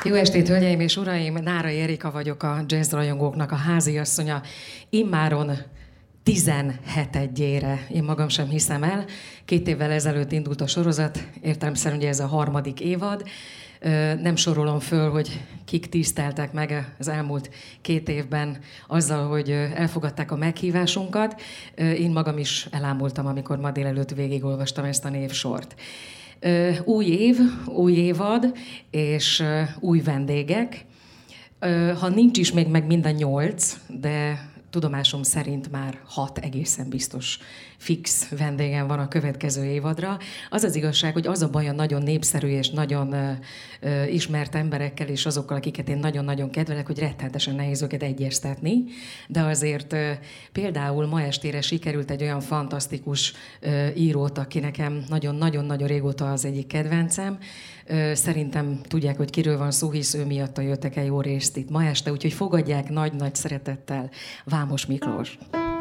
Jó estét, hölgyeim és uraim! Nárai Erika vagyok, a jazz rajongóknak a háziasszonya. Immáron 17-ére, én magam sem hiszem el. 2 évvel ezelőtt indult a sorozat, értelemszerűen ez a 3. évad. Nem sorolom föl, hogy kik tiszteltek meg az elmúlt 2 évben azzal, hogy elfogadták a meghívásunkat. Én magam is elámultam, amikor ma délelőtt végigolvastam ezt a névsort. Új év, új évad és új vendégek. Ha nincs is még meg mind a 8, de tudomásom szerint már 6 egészen biztos fix vendégem van a következő évadra. Az az igazság, hogy az a baj a nagyon népszerű és nagyon ismert emberekkel és azokkal, akiket én nagyon-nagyon kedvelek, hogy rettenetesen nehéz őket egyeztetni, de azért például ma estére sikerült egy olyan fantasztikus írót, aki nekem nagyon-nagyon régóta az egyik kedvencem. Szerintem tudják, hogy kiről van szó, hisz ő miatta jöttek el jó részt itt ma este, úgyhogy fogadják nagy-nagy szeretettel Vámos Miklós.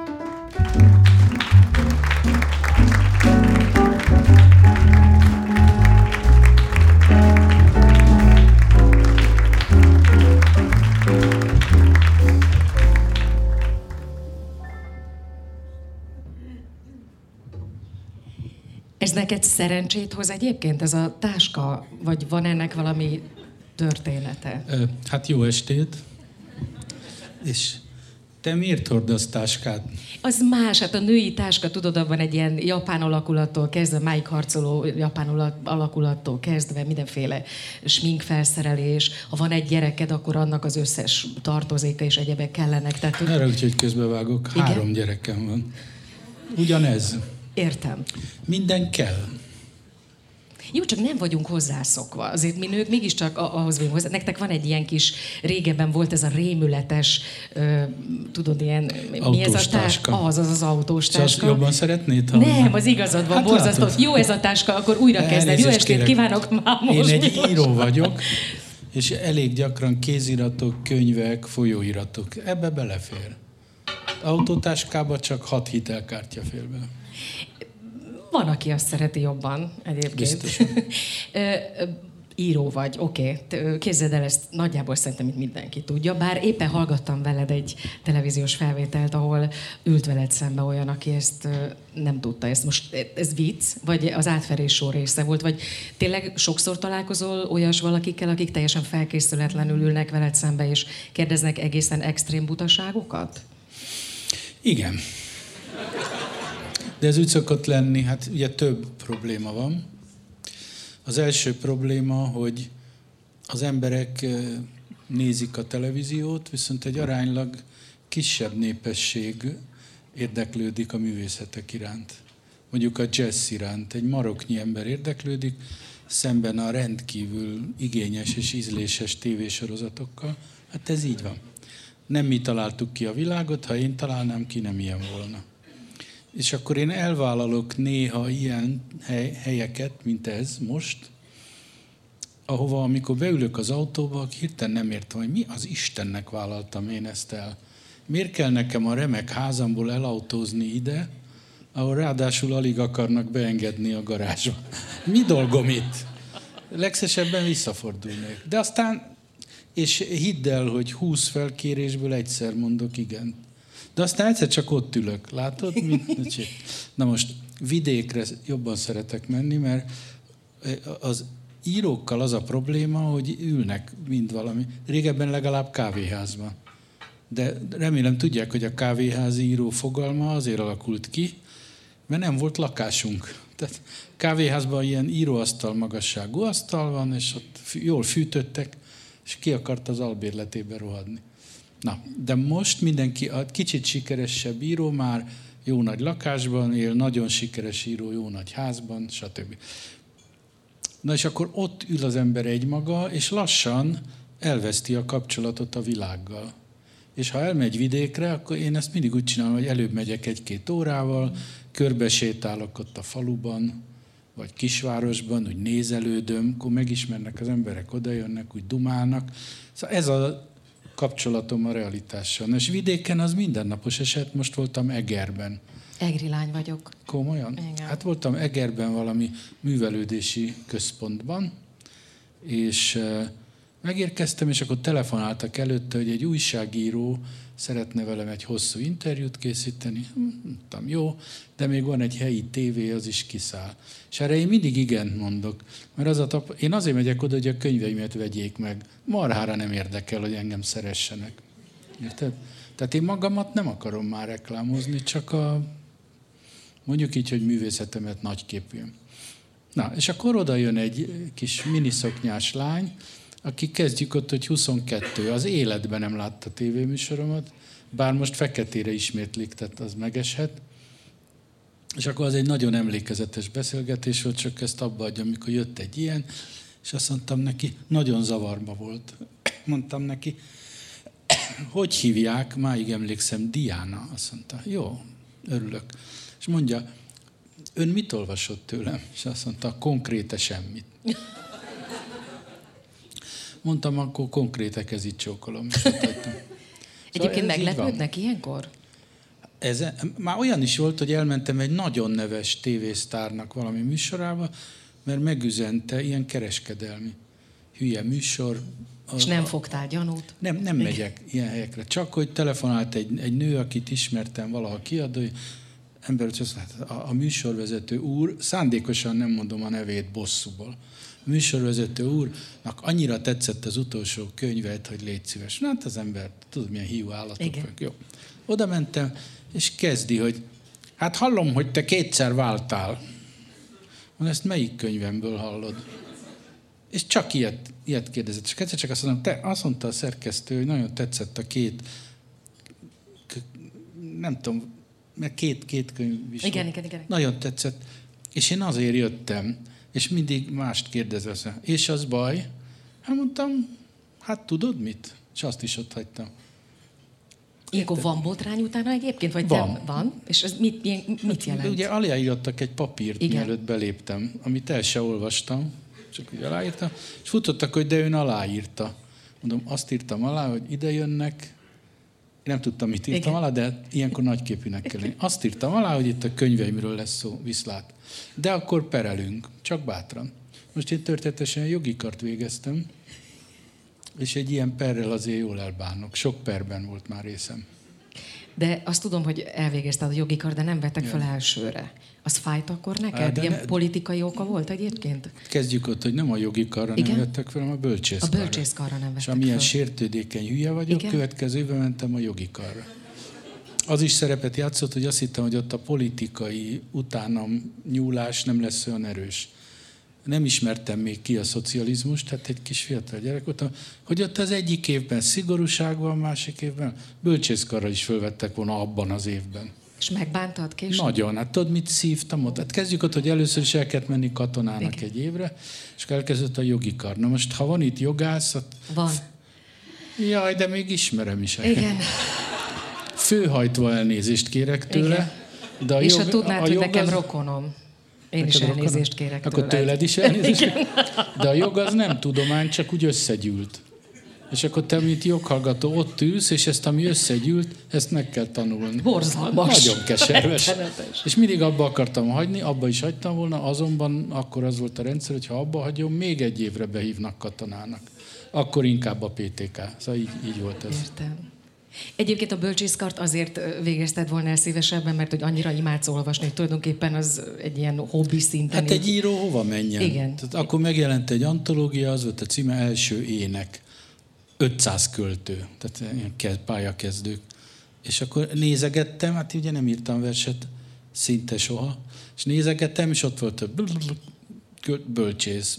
Ez neked szerencsét hoz egyébként, ez a táska, vagy van ennek valami története? Hát jó estét. És te miért hordasz táskát? Az más, hát a női táska, tudod, abban egy ilyen japán alakulattól kezdve, májkharcoló japán alakulattól kezdve mindenféle sminkfelszerelés. Ha van egy gyereked, akkor annak az összes tartozéka és egyebek kellenek. Tehát, ne rögtön, hogy közbevágok. 3 gyerekem van. Ugyanez. Értem. Minden kell. Jó, csak nem vagyunk hozzászokva. Azért mi nők mégiscsak ahhoz vagyunk hozzá. Nektek van egy ilyen kis, régebben volt ez a rémületes, tudod, ilyen... Mi ez a táska? Az autós táska. Szóval jobban szeretnéd? Nem, az igazad van, hát borzasztó. Jó ez a táska, akkor újra kezdem. Jó estét kívánok, Vámos Én egy író vagyok, és elég gyakran kéziratok, könyvek, folyóiratok. Ebbe belefér. Autótáskába csak 6 hitelkártya fér bele. Van, aki azt szereti jobban egyébként. Biztosan. Író vagy, oké. Képzeld el, ezt nagyjából szerintem itt mindenki tudja, bár éppen hallgattam veled egy televíziós felvételt, ahol ült veled szembe olyan, aki ezt nem tudta. Ez vicc, vagy az átverés show része volt, vagy tényleg sokszor találkozol olyas valakikkel, akik teljesen felkészületlenül ülnek veled szembe, és kérdeznek egészen extrém butaságokat? Igen. De ez úgy szokott lenni, hát ugye több probléma van. Az első probléma, hogy az emberek nézik a televíziót, viszont egy aránylag kisebb népesség érdeklődik a művészetek iránt. Mondjuk a jazz iránt. Egy maroknyi ember érdeklődik, szemben a rendkívül igényes és ízléses tévésorozatokkal. Hát ez így van. Nem mi találtuk ki a világot, ha én találnám ki, nem ilyen volna. És akkor én elvállalok néha ilyen helyeket, mint ez most, ahova, amikor beülök az autóba, hirtelen nem értem, hogy mi az Istennek vállaltam én ezt el. Miért kell nekem a remek házamból elautózni ide, ahol ráadásul alig akarnak beengedni a garázsba. Mi dolgom itt? Legszesebben visszafordulnék. De aztán, és hidd el, hogy 20 felkérésből egyszer mondok igen. De aztán egyszer csak ott ülök, látod? Na most vidékre jobban szeretek menni, mert az írókkal az a probléma, hogy ülnek mind valami. Régebben legalább kávéházban. De remélem tudják, hogy a kávéházi író fogalma azért alakult ki, mert nem volt lakásunk. Tehát kávéházban ilyen íróasztal magasságú asztal van, és ott jól fűtöttek, és ki akart az albérletébe rohadni. Na, de most mindenki, a kicsit sikeresebb író már jó nagy lakásban él, nagyon sikeres író jó nagy házban, stb. Na és akkor ott ül az ember egymaga, és lassan elveszti a kapcsolatot a világgal. És ha elmegy vidékre, akkor én ezt mindig úgy csinálom, hogy előbb megyek 1-2 órával, körbesétálok ott a faluban, vagy kisvárosban, úgy nézelődöm, akkor megismernek az emberek, odajönnek, úgy dumálnak. Szóval ez a kapcsolatom a realitással. És vidéken az mindennapos eset, most voltam Egerben. Egri lány vagyok. Komolyan? Igen. Hát voltam Egerben valami művelődési központban, és Megérkeztem, és akkor telefonáltak előtte, hogy egy újságíró szeretne velem egy hosszú interjút készíteni. Mondtam, jó, de még van egy helyi tévé, az is kiszáll. És erre én mindig igent mondok. Mert én azért megyek oda, hogy a könyveimet vegyék meg. Marhára nem érdekel, hogy engem szeressenek. Érted? Tehát én magamat nem akarom már reklámozni, csak mondjuk így, hogy művészetemet nagyképűen. Na, és akkor oda jön egy kis miniszoknyás lány, aki kezdjük ott, hogy 22, az életben nem látta tévéműsoromat, bár most feketére ismétlik, tehát az megeshet. És akkor az egy nagyon emlékezetes beszélgetés volt, csak ezt abba adja, amikor jött egy ilyen, és azt mondtam neki, nagyon zavarba volt. Mondtam neki, hogy hívják, máig emlékszem, Diana. Azt mondta, jó, örülök. És mondja, ön mit olvasott tőlem? És azt mondta, konkréte semmit. Mondtam, akkor konkréte kezit csókolom. Egyébként meglepődnek ilyenkor? Már olyan is volt, hogy elmentem egy nagyon neves tévésztárnak valami műsorába, mert megüzente ilyen kereskedelmi hülye műsor. És nem fogtál gyanút? Nem megyek ilyen helyekre. Csak hogy telefonált egy nő, akit ismertem, valaha kiadói, ember, hogy azt mondta, a műsorvezető úr, szándékosan nem mondom a nevét bosszúból, a műsorvezető úrnak annyira tetszett az utolsó könyvet, hogy légy szíves. Na, hát az ember, tudod, milyen hiú állatok vagyok. Jó. Oda mentem, és kezdi, hogy hát hallom, hogy te 2-szer váltál. Mondom, ezt melyik könyvemből hallod? És csak ilyet kérdezett. És egyszer csak azt mondta a szerkesztő, hogy nagyon tetszett a nem tudom, mert két könyv is. Igen. Nagyon tetszett. És én azért jöttem, és mindig mást kérdezve. És az baj? Hát mondtam, hát tudod mit? És azt is ott hagytam. Ilyenkor van botrány utána egyébként? Vagy van? És ez mit jelent? Ugye aláírtak egy papírt, mielőtt beléptem, amit el se olvastam, csak úgy aláírtam, és futottak, hogy de ön aláírta. Mondom, azt írtam alá, hogy ide jönnek, én nem tudtam, mit írtam alá, de ilyenkor nagyképűnek kell lenni. Azt írtam alá, hogy itt a könyveimről lesz szó, viszlát. De akkor perelünk, csak bátran. Most én történetesen jogi kart végeztem, és egy ilyen perrel azért jól elbánok. Sok perben volt már részem. De azt tudom, hogy elvégezted a jogi kar, de nem vettek fel elsőre. Az fájt akkor neked? Ilyen politikai oka volt egyébként? Kezdjük ott, hogy nem a jogi karra nem vettek fel, hanem a bölcsészkarra. A bölcsészkarra nem vettek és amilyen sértődékeny hülye vagyok, következő évben mentem a jogi karra. Az is szerepet játszott, hogy azt hittem, hogy ott a politikai utánam nyúlás nem lesz olyan erős. Nem ismertem még ki a szocializmust, tehát egy kis fiatal gyerek voltam, hogy ott az egyik évben szigorúság van, másik évben bölcsészkarra is fölvettek volna abban az évben. És megbántad később? Nagyon. Hát tudod, mit szívtam ott? Hát kezdjük ott, hogy először is el kellett menni katonának egy évre, és elkezdett a jogi kar. Na most, ha van itt jogász... Van. Jaj, de még ismerem is. Igen. Főhajtva elnézést kérek tőle. De és ha tudnád, hogy nekem rokonom. Én is elnézést kérek tőled. Akkor tőled is elnézést kérek? De a jog az nem tudomány, csak úgy összegyűlt. És akkor te, mint joghallgató, ott ülsz, és ezt, ami összegyűlt, ezt meg kell tanulni. Borzalmas. Nagyon keserves. És mindig abba akartam hagyni, abba is hagytam volna, azonban akkor az volt a rendszer, hogy ha abba hagyom, még egy évre behívnak katonának. Akkor inkább a PTK. Szóval így volt ez. Értem. Egyébként a bölcsészkart azért végezted volna el szívesebben, mert hogy annyira imádsz olvasni, hogy tulajdonképpen az egy ilyen hobbi szinten. Hát egy író hova menjen? Igen. Tehát akkor megjelent egy antológia, az volt a címe, Első ének. 500 költő, tehát ilyen pályakezdők. És akkor nézegettem, hát ugye nem írtam verset szinte soha, és nézegettem, és ott volt a bölcsész.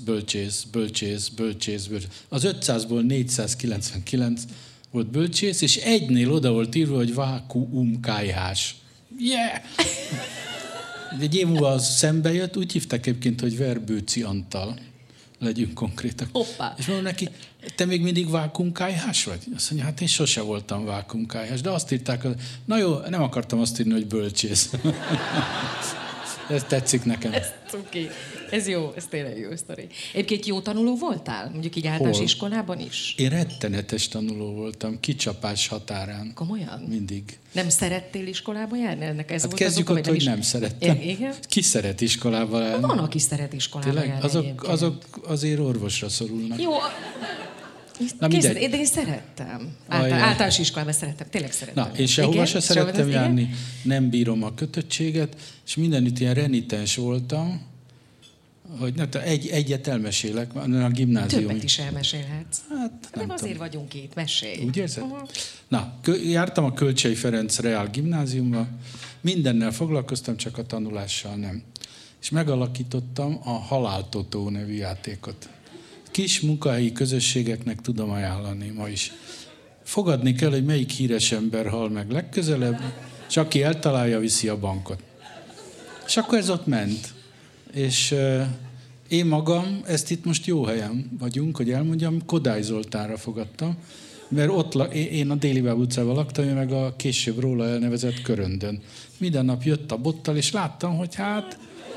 Az 500-ból 499 volt bölcsész, és egynél oda volt írva, hogy vákuumkájhás. Yeah! Egy év múlva az szembe jött, úgy hívták egyébként, hogy Verbőci Antal. Legyünk konkrétak. Hoppá. És mondom neki, te még mindig vákuumkájhás vagy? Azt mondja, hát én sose voltam vákuumkájhás, de azt írták, na jó, nem akartam azt írni, hogy bölcsész. Ez tetszik nekem. Ez cuki. Ez jó, ez tényleg jó sztori. Egyébként jó tanuló voltál? Mondjuk így általános iskolában is? Én rettenetes tanuló voltam, kicsapás határán. Komolyan? Mindig. Nem szerettél iskolába járni? Ennek ez hát volt kezdjük ott, hogy nem szerettem. Igen? Ki szeret iskolába járni? Van, aki szeret iskolába járni. Azok azért orvosra szorulnak. Jó. De én szerettem. Általános iskolában szerettem. Tényleg szerettem. Na, én sehova se szerettem járni. Nem bírom a kötöttséget, és mindenütt ilyen renitens voltam, hogy egyet elmesélek, a gimnázium. Többet is elmesélhetsz. Hát, nem azért vagyunk itt, mesélj. Úgy érzed? Na, jártam a Kölcsey Ferenc Reál Gimnáziumba, mindennel foglalkoztam, csak a tanulással nem. És megalakítottam a Haláltotó nevű játékot. Kis munkahelyi közösségeknek tudom ajánlani ma is. Fogadni kell, hogy melyik híres ember hal meg legközelebb, és aki eltalálja, viszi a bankot. És akkor ez ott ment. És én magam, ezt itt most jó helyen vagyunk, hogy elmondjam, Kodály Zoltánra fogadtam, mert ott én a Déli Báb utcában laktam, én meg a később róla elnevezett Köröndön. Minden nap jött a bottal, és láttam, hogy hát...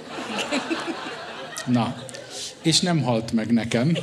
Na, és nem halt meg nekem.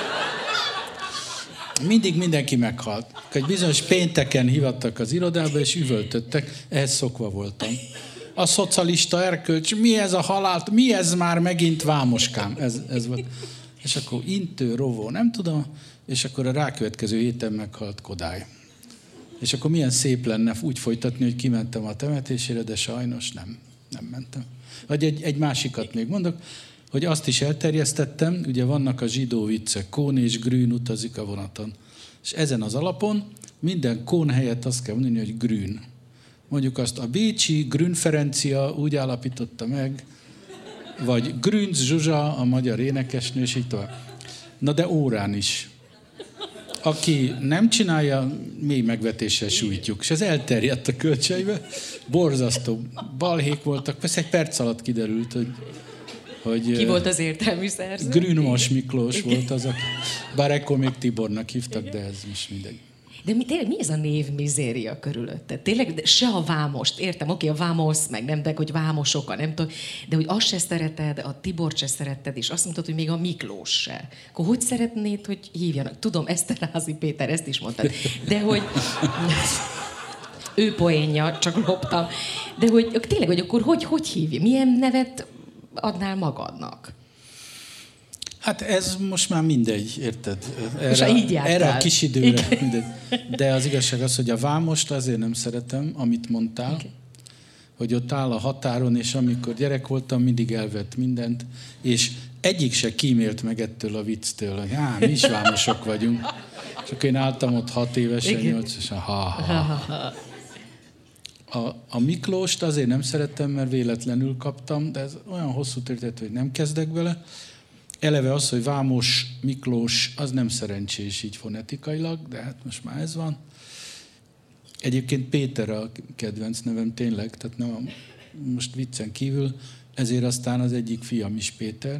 Mindig mindenki meghalt. Egy bizonyos pénteken hívattak az irodába, és üvöltöttek, ehhez szokva voltam. A szocialista erkölcs, mi ez a halált, mi ez már megint vámoskám? Ez volt. És akkor intő, rovó, nem tudom, és akkor a rákövetkező héten meghalt Kodály. És akkor milyen szép lenne úgy folytatni, hogy kimentem a temetésére, de sajnos nem mentem. Vagy egy másikat még mondok, hogy azt is elterjesztettem, ugye vannak a zsidó viccek, Kohn és Grün utazik a vonaton. És ezen az alapon minden Kohn helyett azt kell mondani, hogy Grün. Mondjuk azt a bécsi Grün Ferencia úgy állapította meg, vagy Grünz Zsuzsa, a magyar énekesnő, és így tovább. Na de órán is. Aki nem csinálja, mély megvetéssel sújtjuk. És ez elterjedt a Kölcseybe. Borzasztó balhék voltak. Persze egy perc alatt kiderült, hogy ki volt az értelmű szerző? Grünmos Miklós volt az, bár ekkor még Tibornak hívtak, de ez most mindegy. De tényleg mi ez a névmizéria körülötted? Tényleg de se a Vámost, értem, oké, a Vámosz, meg nem, de hogy Vámosok, nem tudom, de hogy azt se szereted, a Tibort se szeretted, és azt mondtad, hogy még a Miklós se. Akkor hogy szeretnéd, hogy hívjanak? Tudom, Eszterházy Péter, ezt is mondtad. De hogy... ő poénja, csak loptam. De hogy tényleg, hogy akkor hogy hívja? Milyen nevet adnál magadnak? Hát ez most már mindegy, érted? Erre a kis időre mindegy. De az igazság az, hogy a Vámost azért nem szeretem, amit mondtál, okay. Hogy ott áll a határon, és amikor gyerek voltam, mindig elvett mindent, és egyik se kímélt meg ettől a vicctől, hogy mi is vámosok vagyunk. Csak én álltam ott 6 évesen, 8 évesen, A Miklóst azért nem szerettem, mert véletlenül kaptam, de ez olyan hosszú történet, hogy nem kezdek bele. Eleve az, hogy Vámos, Miklós, az nem szerencsés így fonetikailag, de hát most már ez van. Egyébként Péter a kedvenc nevem tényleg, tehát nem most viccen kívül, ezért aztán az egyik fiam is Péter.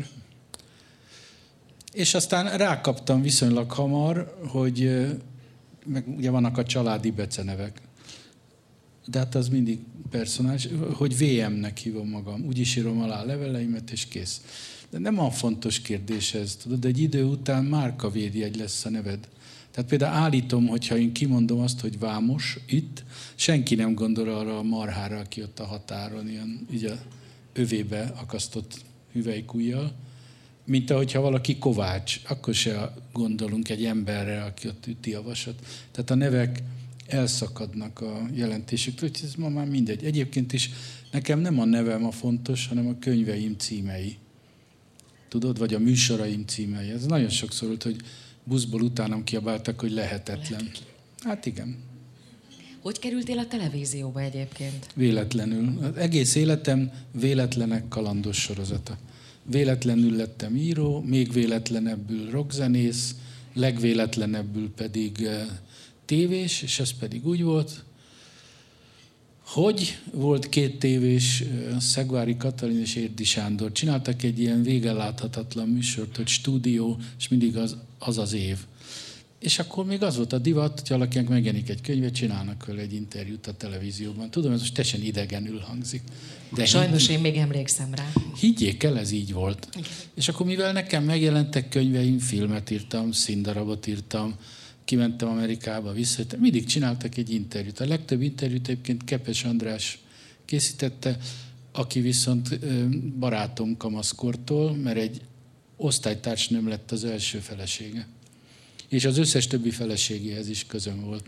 És aztán rákaptam viszonylag hamar, hogy meg ugye vannak a családi becenevek. De hát az mindig personális, hogy VM-nek hívom magam. Úgy is írom alá a leveleimet, és kész. De nem olyan fontos kérdés ez, tudod, de egy idő után márkavédjegy lesz a neved. Tehát például állítom, hogyha én kimondom azt, hogy Vámos itt, senki nem gondol arra a marhára, aki ott a határon, ilyen így a övébe akasztott hüvelykujjal, mint ahogyha valaki Kovács, akkor se gondolunk egy emberre, aki ott üti a vasat. Tehát a nevek elszakadnak a jelentésüktől, úgyhogy ez ma már mindegy. Egyébként is nekem nem a nevem a fontos, hanem a könyveim címei. Tudod, vagy a műsoraim címei. Ez nagyon sokszor volt, hogy buszból utánam kiabáltak, hogy lehetetlen. Hát igen. Hogy kerültél a televízióba egyébként? Véletlenül. Az egész életem véletlenek kalandos sorozata. Véletlenül lettem író, még véletlenebbül rockzenész, legvéletlenebbül pedig tévés, és ez pedig úgy volt, hogy volt 2 tévés, Szegvári Katalin és Érdi Sándor. Csináltak egy ilyen végen láthatatlan műsort, hogy stúdió, és mindig az év. És akkor még az volt a divat, hogy valakinek megjelenik egy könyvet, csinálnak vele egy interjút a televízióban. Tudom, ez most teljesen idegenül hangzik. De sajnos én még emlékszem rá. Higgyék el, ez így volt. Okay. És akkor mivel nekem megjelentek könyveim, filmet írtam, színdarabot írtam, kimentem Amerikába, visszajöttem, mindig csináltak egy interjút. A legtöbb interjút egyébként Kepes András készítette, aki viszont barátom kamaszkortól, mert egy osztálytársnőm lett az első felesége. És az összes többi feleségéhez is közöm volt.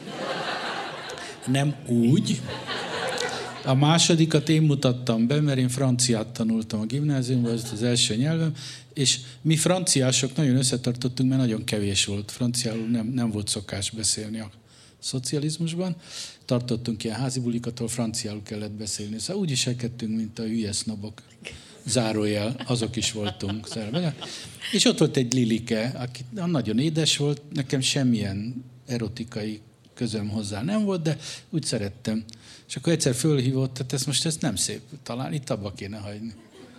Nem úgy. A másodikat én mutattam be, mert én franciát tanultam a gimnáziumban, ez az első nyelvem, és mi franciások nagyon összetartottunk, mert nagyon kevés volt. Franciául nem volt szokás beszélni a szocializmusban. Tartottunk ilyen házi bulikat, ahol franciául kellett beszélni. Szóval úgy viselkedtünk, mint a hülye sznobok. Zárójel, azok is voltunk. És ott volt egy Lilike, aki nagyon édes volt, nekem semmilyen erotikai közöm hozzá nem volt, de úgy szerettem. És akkor egyszer fölhívott, tehát ezt nem szép, talán itt abba kéne hagyni.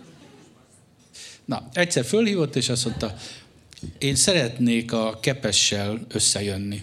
Na, egyszer fölhívott, és azt mondta, én szeretnék a Kepessel összejönni.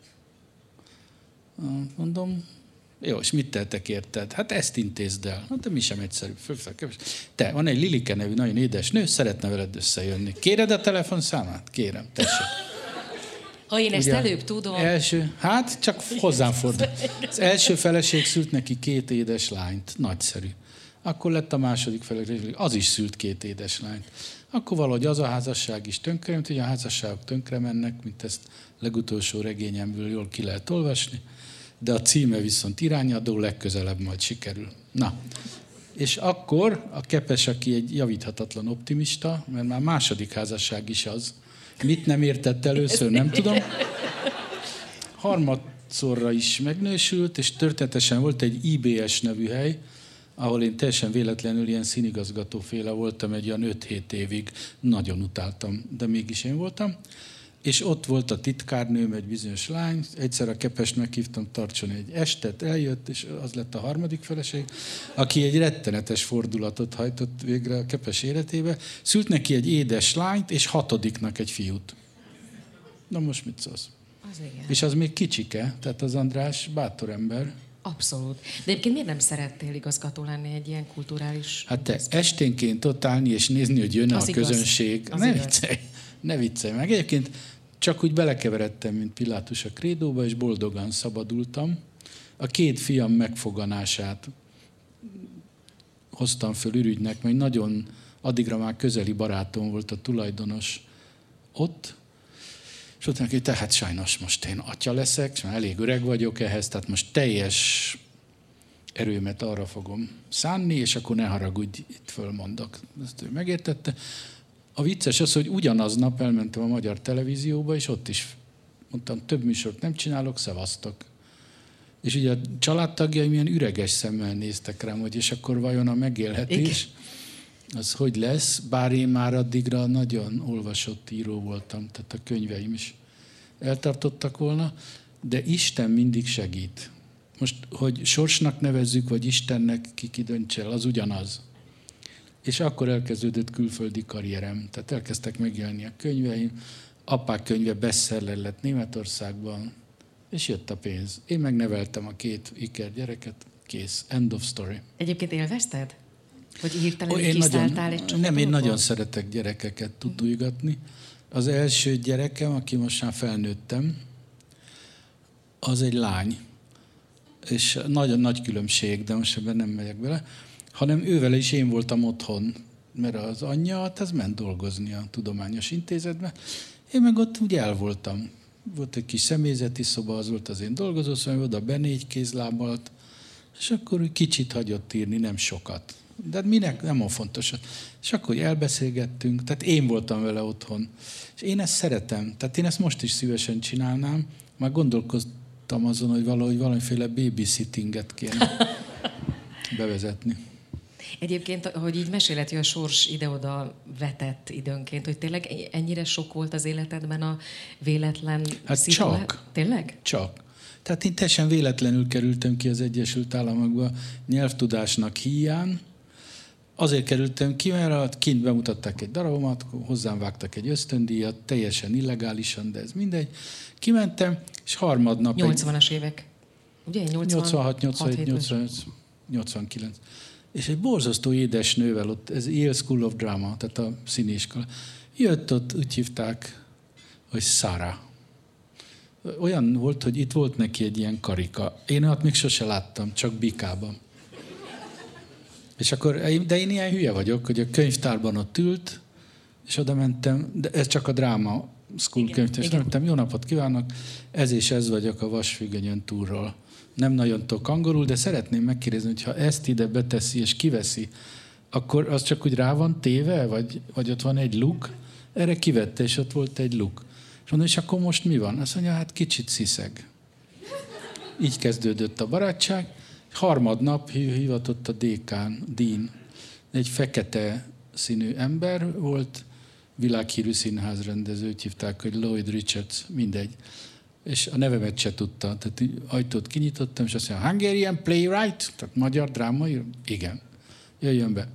Mondom, jó, és mit tehetek érted? Hát ezt intézd el. Hát de mi sem egyszerű. Te, van egy Lilike nevű nagyon édes nő, szeretne veled összejönni. Kéred a telefonszámát? Kérem, tessék. Ha én ezt előbb tudom. Hát csak hozzám fordul. Az első feleség szült neki 2 édes lányt. Nagyszerű. Akkor lett a második feleség, az is szült 2 édes lányt. Akkor valahogy az a házasság is tönkrement, hogy a házasságok tönkre mennek, mint ezt legutolsó regényemből jól ki lehet olvasni, de a címe viszont irányadó, legközelebb majd sikerül. Na, és akkor a Kepes, aki egy javíthatatlan optimista, mert már második házasság is az, mit nem értett először, nem tudom. Harmadszorra is megnősült, és történetesen volt egy IBS nevű hely, ahol én teljesen véletlenül ilyen színigazgatóféle voltam egy olyan 5-7 évig, nagyon utáltam, de mégis én voltam. És ott volt a titkárnőm, egy bizonyos lány, egyszer a Kepest meghívtam, tartson egy estet, eljött, és az lett a harmadik feleség, aki egy rettenetes fordulatot hajtott végre a Kepes életébe, szült neki egy édes lányt, és 6. egy fiút. Na most mit szólsz? Az igen. És az még kicsike, tehát az András bátor ember. Abszolút. De egyébként miért nem szerettél igazgató lenni egy ilyen kulturális... Hát te esténként ott állni és nézni, hogy jön a közönség. Ne viccelj meg. Egyébként csak úgy belekeveredtem, mint Pilátus a krédóba, és boldogan szabadultam. A 2 fiam megfoganását hoztam föl ürügynek, mert nagyon addigra már közeli barátom volt a tulajdonos ott, és ott neki, tehát sajnos most én atya leszek, és már elég öreg vagyok ehhez, tehát most teljes erőmet arra fogom szánni, és akkor ne haragudj, itt fölmondok. Ezt ő megértette. A vicces az, hogy ugyanaznap elmentem a Magyar Televízióba, és ott is mondtam, több műsort nem csinálok, szevasztok. És ugye a családtagjaim ilyen üreges szemmel néztek rám, hogy és akkor vajon a megélhetés, az hogy lesz, bár én már addigra nagyon olvasott író voltam, tehát a könyveim is eltartottak volna, de Isten mindig segít. Most, hogy sorsnak nevezzük, vagy Istennek ki döntse el, az ugyanaz. És akkor elkezdődött külföldi karrierem. Tehát elkezdtek megjelenni a könyveim, apák könyve bestseller lett Németországban, és jött a pénz. Én megneveltem a 2 iker gyereket, kész, end of story. Egyébként élvezted? Hogy hirtelen kiszálltál egy csomagolba? Nem, én nagyon szeretek gyerekeket tutújgatni. Az első gyerekem, aki most már felnőttem, az egy lány. És nagyon nagy különbség, de most ebben nem megyek bele, hanem ővele is én voltam otthon, mert az anyja, hát ez ment dolgozni a tudományos intézetbe. Én meg ott úgy el voltam. Volt egy kis személyzeti szoba, az volt az én dolgozószobám, oda be 4 kézlábalt, és akkor úgy kicsit hagyott írni, nem sokat. De minek? Nem olyan fontos. És akkor elbeszélgettünk, tehát én voltam vele otthon. És én ezt szeretem, tehát én ezt most is szívesen csinálnám, már gondolkoztam azon, hogy valamiféle babysittinget kéne bevezetni. Egyébként, hogy így meséled, hogy a sors ide-oda vetett időnként, hogy tényleg ennyire sok volt az életedben a véletlen szituáció? Csak. Tényleg? Csak. Tehát én teljesen véletlenül kerültem ki az Egyesült Államokba nyelvtudásnak híján. Azért kerültem ki, mert kint bemutatták egy darabomat, hozzám vágtak egy ösztöndíjat, teljesen illegálisan, de ez mindegy. Kimentem, és harmadnap... 80-as évek. Ugye? 86, 87, 88, 89. És egy borzasztó édes nővel ott, ez Yale School of Drama, tehát a színiiskola. Jött ott, úgy hívták, hogy Sarah. Olyan volt, hogy itt volt neki egy ilyen karika. Én ott még sose láttam, csak Bikában. És akkor, de én ilyen hülye vagyok, hogy a könyvtárban ott ült, és oda mentem, de ez csak a dráma school könyvtől, és mondtam, jó napot kívánok, ez és ez vagyok a Vasfüggönyön túlról. Nem nagyon tudok angolul, de szeretném megkérdezni, hogy ha ezt ide beteszi és kiveszi, akkor az csak úgy rá van téve, vagy ott van egy luk? Erre kivette, és ott volt egy luk. És mondom, és akkor most mi van? Azt mondja, hát kicsit sziszeg. Így kezdődött a barátság. Harmadnap hivatott a Dean. Egy fekete színű ember volt, világhírű színházrendező, úgy hívták, hogy Lloyd Richards, mindegy. És a nevemet se tudta. Tehát ajtót kinyitottam, és azt mondja, Hungarian playwright? Tehát magyar drámai? Igen. Jöjjön be.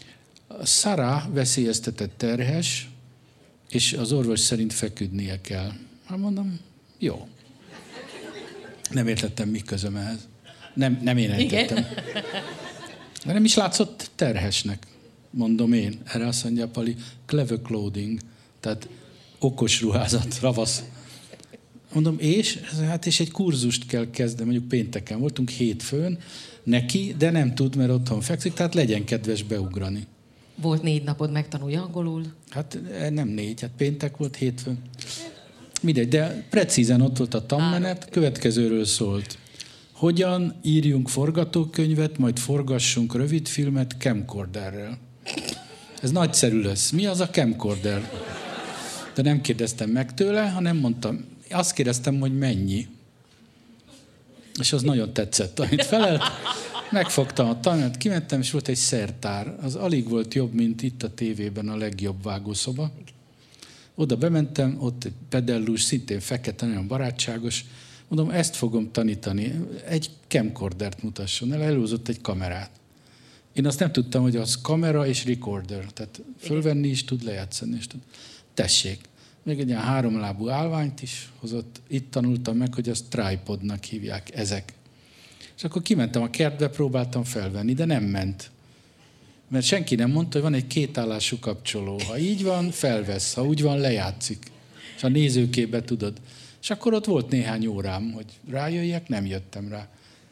Sarah veszélyeztetett terhes, és az orvos szerint feküdnie kell. Hát mondom, jó. Nem értettem, mi közöm ehhez. Nem én ejtettem. De nem is látszott terhesnek, mondom én. Erre azt mondja Pali, clever clothing, tehát okos ruházat, ravasz. Mondom, és egy kurzust kell kezdeni, mondjuk pénteken voltunk, hétfőn, neki, de nem tud, mert otthon fekszik, tehát legyen kedves beugrani. Volt 4 napod, megtanulj angolul? Hát nem 4, hát péntek volt, hétfőn. Mindegy, de precízen ott volt a tanmenet, következőről szólt. Hogyan írjunk forgatókönyvet, majd forgassunk rövidfilmet camcorderrel. Ez nagyszerű lesz. Mi az a camcorder? De nem kérdeztem meg tőle, hanem mondtam, azt kérdeztem, hogy mennyi. És az nagyon tetszett, amit felelt. Megfogtam a tanmenet, kimentem, és volt egy szertár. Az alig volt jobb, mint itt a tévében a legjobb vágószoba. Oda bementem, ott egy pedellus, szintén fekete, nagyon barátságos. Mondom, ezt fogom tanítani. Egy camcordert mutasson el, elhúzott egy kamerát. Én azt nem tudtam, hogy az kamera és recorder. Tehát fölvenni is tud, lejátszani is tud. Tessék. Még egy ilyen 3 lábú állványt is hozott. Itt tanultam meg, hogy azt tripodnak hívják, ezek. És akkor kimentem a kertbe, próbáltam felvenni, de nem ment. Mert senki nem mondta, hogy van egy 2 állású kapcsoló. Ha így van, felvesz, ha úgy van, lejátszik. És a nézőképbe tudod. És akkor ott volt néhány órám, hogy rájöjjek, nem jöttem rá.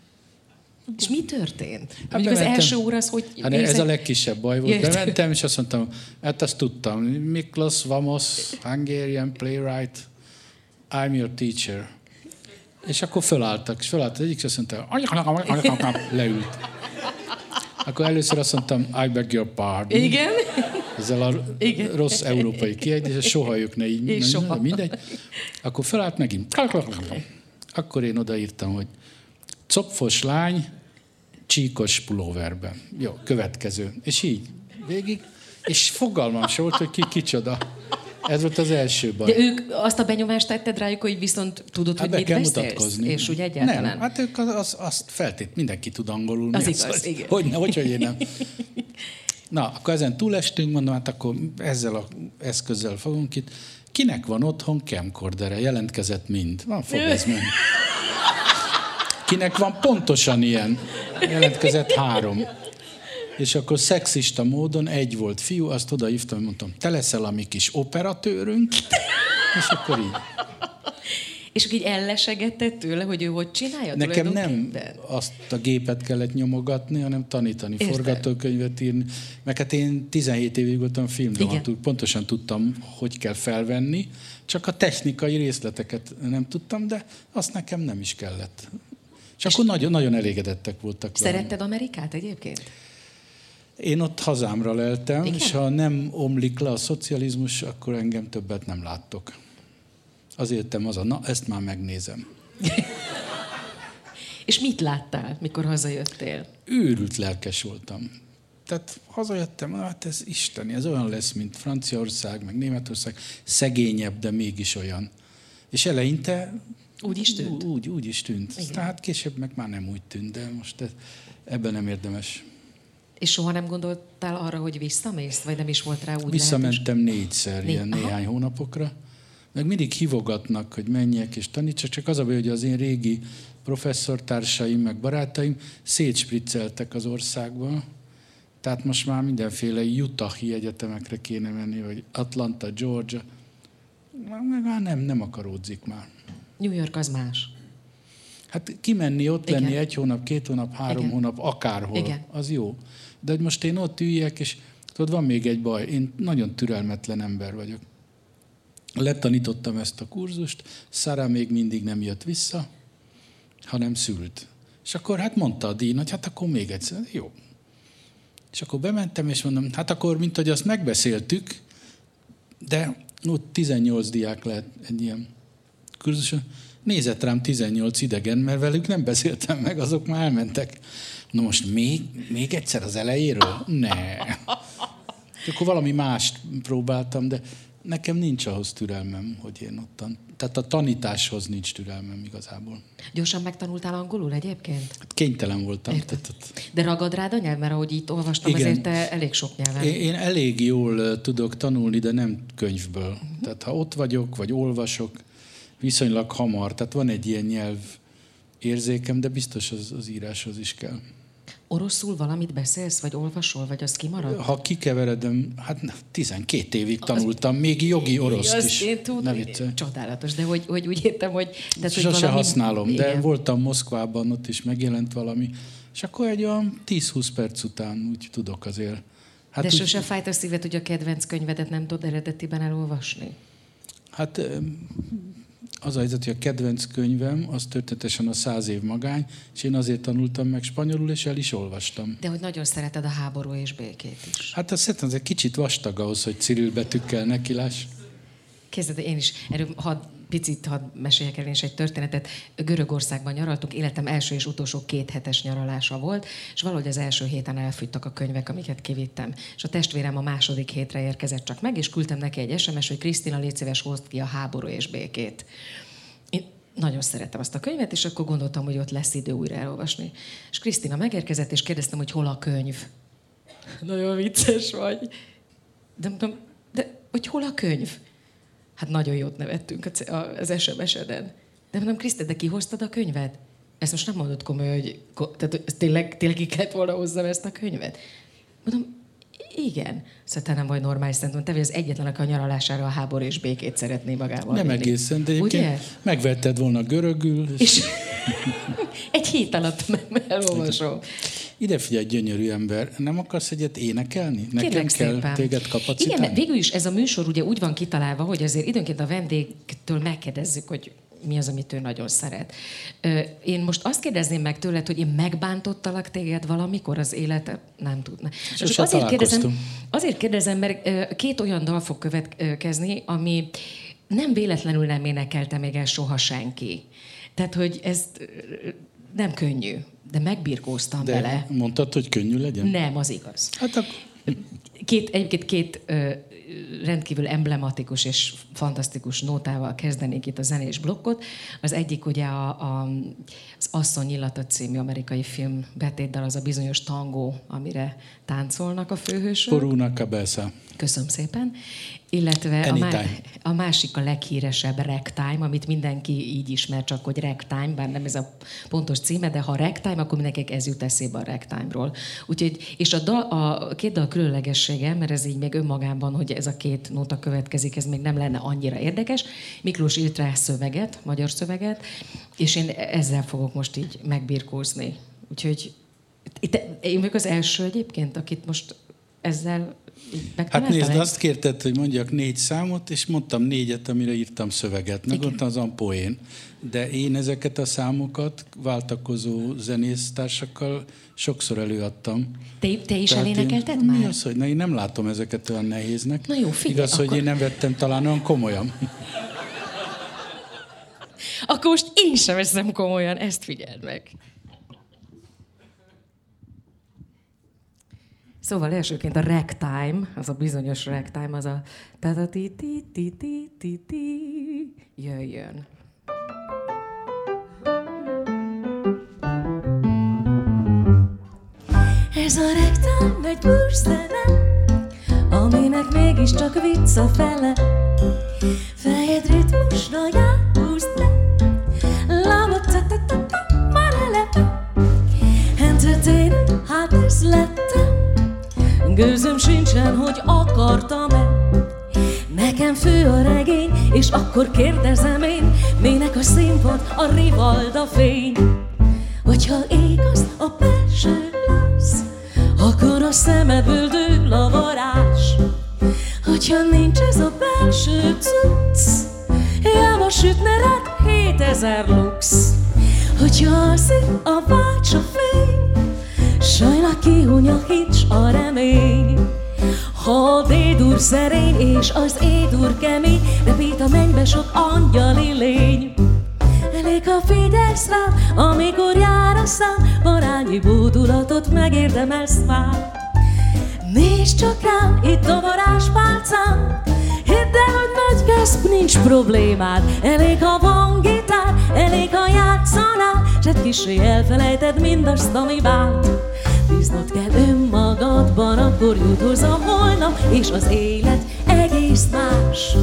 És mi történt? Hát az első óra az, hogy... Hát ez a legkisebb baj volt. Bementem, és azt mondtam, hát azt tudtam. Miklos Vamos, Hungarian playwright, I'm your teacher. És akkor fölálltak, egyik, és azt mondta, leült. Akkor először azt mondtam, I beg your pardon. Igen. Ezzel a rossz európai kiejtés, soha ők ne így, mindegy. Akkor felállt megint. Akkor én odaírtam, hogy copfos lány, csíkos pulóverben. Jó, következő. És így, végig. És fogalmam se volt, hogy kicsoda. Ez volt az első baj. De ők azt a benyomást tetted rájuk, hogy viszont tudod, hogy mit beszélsz? Mutatkozni. És úgy egyáltalán? Nem, hát ők azt mindenki tud angolul. Az igaz, igen. Hogy én nem. Na, akkor ezen túlestünk, mondom, hát akkor ezzel az eszközzel fogunk itt. Kinek van otthon camcordere? Jelentkezett mind. Van, fog ez menni. Kinek van pontosan ilyen? Jelentkezett 3. És akkor szexista módon egy volt fiú, azt odahívtam, mondtam, te leszel a mi kis operatőrünk, és akkor így. És akkor így ellesegetted tőle, hogy ő hogy csinálja? Nekem nem azt a gépet kellett nyomogatni, hanem tanítani, forgatókönyvet írni. Meg hát én 17 évig voltam filmdramaturg, pontosan tudtam, hogy kell felvenni, csak a technikai részleteket nem tudtam, de azt nekem nem is kellett. És akkor nagyon elégedettek voltak. Szeretted Amerikát egyébként? Én ott hazámra leltem, igen? És ha nem omlik le a szocializmus, akkor engem többet nem láttok. Azért jöttem haza, na ezt már megnézem. És mit láttál, mikor hazajöttél? Őrült lelkes voltam. Tehát hazajöttem, hát ez isteni, ez olyan lesz, mint Franciaország, meg Németország, szegényebb, de mégis olyan. És eleinte úgy is tűnt? Úgy is tűnt. Igen. Tehát később meg már nem úgy tűnt, de most ebben nem érdemes. És soha nem gondoltál arra, hogy visszamész? Vagy nem is volt rá úgy Visszamentem 4-szer, ilyen néhány hónapokra. Meg mindig hívogatnak, hogy menjek és tanítsak, csak az a baj, hogy az én régi professzortársaim, meg barátaim szétspricceltek az országba. Tehát most már mindenféle Utahi egyetemekre kéne menni, vagy Atlanta, Georgia. Már nem akaródzik már. New York az más. Hát kimenni, ott igen. lenni 1 hónap, 2 hónap, 3 igen. hónap, akárhol, igen. az jó. De hogy most én ott üljek, és tudod, van még egy baj, én nagyon türelmetlen ember vagyok. letanítottam ezt a kurzust, Szara még mindig nem jött vissza, hanem szült. És akkor hát mondta a díj, hogy hát akkor még egyszer, jó. És akkor bementem, és mondom, hát akkor, mint hogy azt megbeszéltük, de ott 18 diák lehet egy ilyen kurzuson. Nézett rám 18 idegen, mert velük nem beszéltem meg, azok már elmentek. Na most még egyszer az elejéről? Ne. Akkor valami mást próbáltam, de nekem nincs ahhoz türelmem, hogy én ottan. Tehát a tanításhoz nincs türelmem igazából. Gyorsan megtanultál angolul egyébként? Hát kénytelen voltam. De ragad rád a nyelv? Mert ahogy itt olvastam, igen, azért te elég sok nyelven. Én elég jól tudok tanulni, de nem könyvből. Tehát ha ott vagyok, vagy olvasok, viszonylag hamar. Tehát van egy ilyen nyelv érzékem, de biztos az íráshoz is kell. Oroszul valamit beszélsz, vagy olvasol, vagy az kimarad? Ha kikeveredem, hát 12 évig tanultam, még jogi oroszt is. Én tudom, csodálatos, de hogy úgy értem, hogy... Tehát, sose valami... használom, igen. De voltam Moszkvában, ott is megjelent valami, és akkor egy olyan 10-20 perc után úgy tudok azért. Hát de úgy... sose fájt a szíved, hogy a kedvenc könyvedet nem tudod eredetiben elolvasni? Hát... Az a helyzet, hogy a kedvenc könyvem, az történetesen a 100 év magány, és én azért tanultam meg spanyolul, és el is olvastam. De hogy nagyon szereted a Háború és békét is. Hát azt szerintem ez egy kicsit vastag ahhoz, hogy Cirill betűkkel nekiláss. Kezded, én is erről picit meséljek el én is egy történetet. Görögországban nyaraltunk, életem első és utolsó 2 hetes nyaralása volt, és valahogy az első héten elfűttek a könyvek, amiket kivittem. És a testvérem a második hétre érkezett csak meg, és küldtem neki egy SMS, hogy Krisztina, légy szíves, hozd ki a Háború és békét. Én nagyon szerettem azt a könyvet, és akkor gondoltam, hogy ott lesz idő újra elolvasni. És Krisztina megérkezett, és kérdeztem, hogy hol a könyv. Nagyon vicces vagy. De mondtam, de hogy hol a könyv? Hát nagyon jót nevettünk az SMS-eden. De mondom, Krisztina, de kihoztad a könyvet? Ezt most nem mondod komolyan, hogy tehát tényleg ki kellett volna hozzam ezt a könyvet? Mondom, igen. Szóval nem vagy normális, szerintem te vagy az egyetlen, aki a nyaralására a Háború és békét szeretné magával nem vinni. Egészen, de egyébként megvetted volna görögül. És egy hét alatt elolvasom. Ide figyelj, gyönyörű ember, nem akarsz egyet énekelni? Nekem kell szépen. Téged kapacitálni? Igen, végül is ez a műsor ugye úgy van kitalálva, hogy azért időnként a vendégtől megkérdezzük, hogy mi az, amit ő nagyon szeret. Én most azt kérdezném meg tőled, hogy én megbántottalak téged valamikor az életem? Nem tudna. Azért kérdezem, mert 2 olyan dal fog következni, ami nem véletlenül nem énekelte még el soha senki. Tehát, hogy ezt nem könnyű, de megbirkóztam vele. Mondtad, hogy könnyű legyen? Nem, az igaz. Hát akkor... Egyébként 2 rendkívül emblematikus és fantasztikus nótával kezdenék itt a zenés blokkot. Az egyik ugye az Asszony illata című amerikai film betétdal, az a bizonyos tangó, amire táncolnak a főhősök. Por una cabeza. Köszönöm szépen. Illetve a másik a leghíresebb Ragtime, amit mindenki így ismer, csak hogy Ragtime, bár nem ez a pontos címe, de ha Ragtime, akkor mindenkinek ez jut eszébe a Ragtime-ról. Úgyhogy, és a 2 dal különlegessége, mert ez így még önmagában, hogy ez a 2 nóta következik, ez még nem lenne annyira érdekes. Miklós írt rá szöveget, magyar szöveget, és én ezzel fogok most így megbirkózni. Úgyhogy én vagyok az első egyébként, akit most ezzel hát nézd, azt kérted, hogy mondjak 4 számot, és mondtam 4-et, amire írtam szöveget. Megmondtam, az a poén. De én ezeket a számokat váltakozó zenésztársakkal sokszor előadtam. Te is elénekelted már? Mi az, hogy én nem látom ezeket olyan nehéznek. Na jó, figyelj. Igaz, akkor... hogy én nem vettem talán olyan komolyan. Akkor most én sem veszem komolyan, ezt figyeld meg. Szóval elsőként a Ragtime, az a bizonyos Ragtime, az a ta-ta-ti-ti-ti-ti-ti jöjjön. Ez a Ragtime egy blueszene, aminek mégiscsak vicc a fele. Fejed ritmusra járhúzd le, la-ba-ta-ta-ta-ta-ma-le-le. Entertainer, hát ez lettem. Gőzöm sincsen, hogy akartam-e. Nekem fő a regény, és akkor kérdezem én, minek a színpad, a rivalda fény. Hogyha igaz a belső láz, akkor a szemedből dől a varázs. Hogyha nincs ez a belső süt cucc, jába sütne rád 7000 lux. Hogyha alszik a bácsa fény, sajnál kihunyatíts a remény. Ha a D-dur szerény és az E-dur kemény, repít a mennybe sok angyali lény. Elég a figyelsz rám, amikor jár a szám, parányi búdulatot megérdemelsz már. Nézd csak rám, itt a varázspálcám, hidd el, hogy nagy geszp, nincs problémád. Elég ha van gitár, elég ha játszanál, s egy kissé elfelejted mindazt, ami bánt. Bíznod kell önmagadban, akkor jut hozzá holnap, és az élet egész más.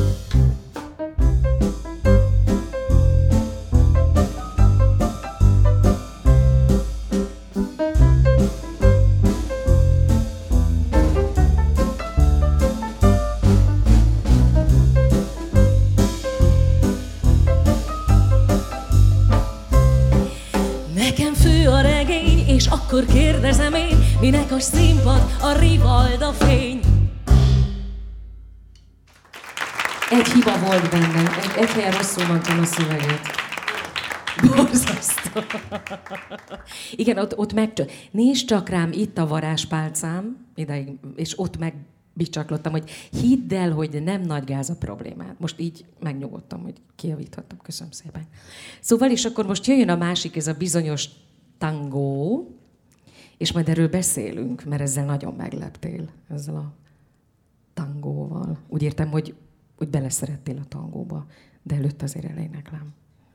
Nekem fő a regény, és akkor kérdezem én, minek a színpad, a rivalda fény. Egy hiba volt bennem, egy helyen rosszul mondtam a szöveget. Borzasztó. Igen, ott nézd csak rám, itt a varázspálcám, ideig, és ott megbicsaklottam, hogy hidd el, hogy nem nagy gáz a problémád. Most így megnyugodtam, hogy kijavíthattam. Köszönöm szépen. Szóval, és akkor most jöjjön a másik, ez a bizonyos tangó, és majd erről beszélünk, mert ezzel nagyon megleptél, ezzel a tangóval. Úgy értem, hogy beleszerettél a tangóba, de előtt azért eléneklem.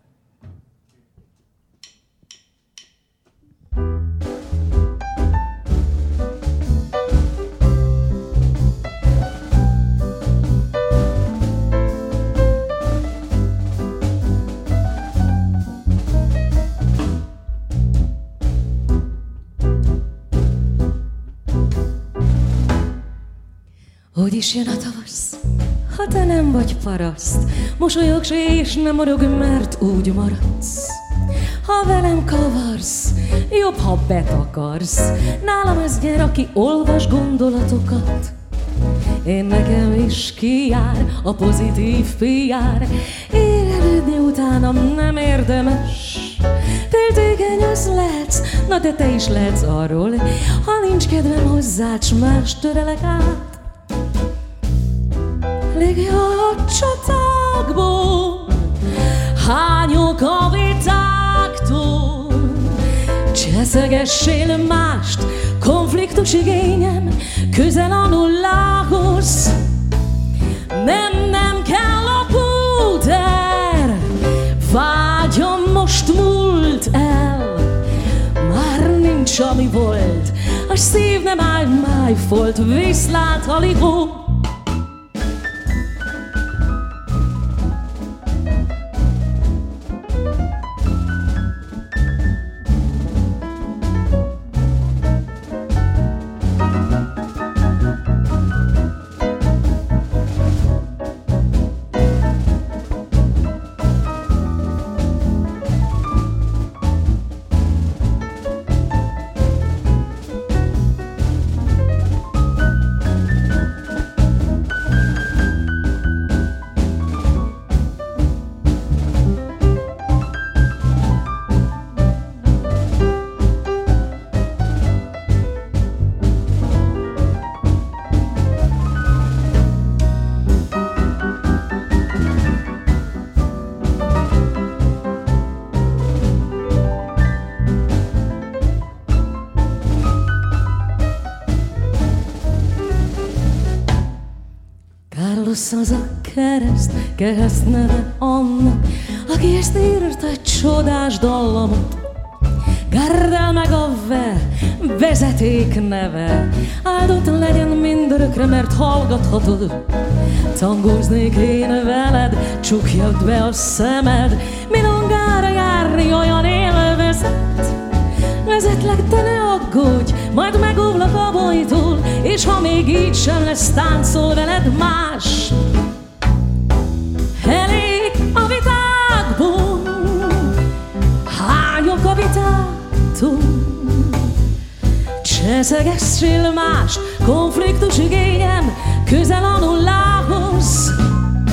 Hogy is jön a tavasz, ha te nem vagy paraszt, mosolyogsz és nem morog, mert úgy maradsz. Ha velem kavarsz, jobb, ha betakarsz, nálam ez nyer, aki olvas gondolatokat. Én nekem is kijár a pozitív PR, érelődni utánam nem érdemes. Féltékenyös lehetsz, na de te is lehetsz arról, ha nincs kedvem hozzád, s más törelek át. Légj a csatákból, hányok a vitáktól. Cseszegessél mást, konfliktus igényem, közel a nullához. Nem kell a púder, vágyam most múlt el. Már nincs, ami volt, a szív nem májfolt, viszlát aligó. Az a kereszt neve annak, aki ezt írta egy csodás dallamot. Gardel meg a vezeték neve, áldott legyen mindörökre, mert hallgathatod. Tangóznék én veled, csukjad be a szemed, milongára járni olyan élvezet. Vezetlek, de ne aggódj, majd megóvlak a bajtól, és ha még így sem lesz, táncol veled más. Elég a vitákból, hányok a vitától. Cseszegessél mást, konfliktus igényem, közel a nullához.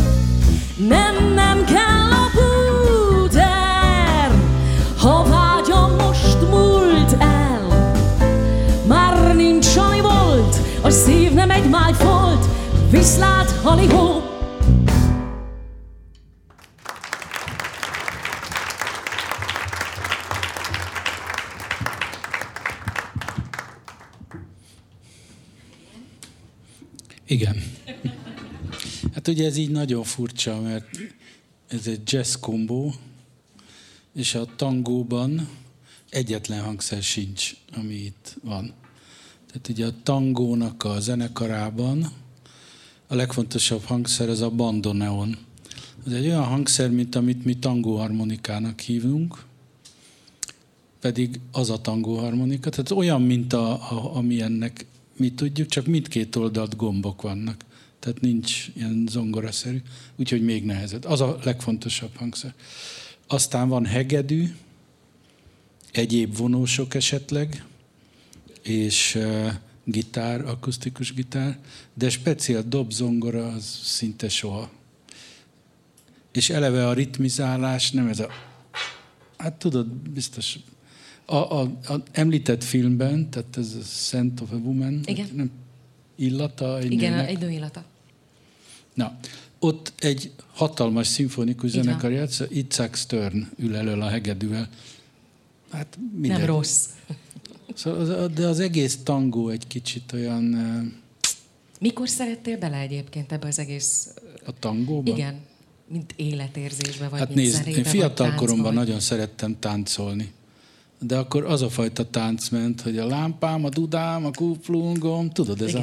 nem kell a púder, ha vágyam most múlt el. Már nincs, ami volt, a szív nem egy májfolt, viszlát, halihó. Igen. Hát ugye ez így nagyon furcsa, mert ez egy jazz kombó, és a tangóban egyetlen hangszer sincs, ami itt van. Tehát ugye a tangónak a zenekarában a legfontosabb hangszer az a bandoneon. Ez egy olyan hangszer, mint amit mi tangóharmonikának hívunk, pedig az a tangóharmonika. Tehát olyan, mint ami ennek mi tudjuk, csak mindkét oldalt gombok vannak. Tehát nincs ilyen zongoraszerű, úgyhogy még nehezebb. Az a legfontosabb hangszer. Aztán van hegedű, egyéb vonósok esetleg, és gitár, akusztikus gitár, de speciál dobzongora az szinte soha. És eleve a ritmizálás nem ez a... Hát tudod, biztos... A említett filmben, tehát ez a Scent of a Woman, nem, illata egy igen, nőnek. egy nő illata. Na, ott egy hatalmas szimfonikus zenekar játsz, Itzhak Stern ül elől a hegedűvel. Hát mindegy. Nem rossz. Szóval de az egész tangó egy kicsit olyan... Mikor szerettél bele egyébként ebbe az egész... A tangóban? Igen, mint életérzésbe, vagy hát mint nézd, zenébe, én fiatal vagy koromban nagyon szerettem táncolni. De akkor az a fajta tánc ment, hogy a lámpám, a dudám, a kuplungom, tudod, ez igen. a...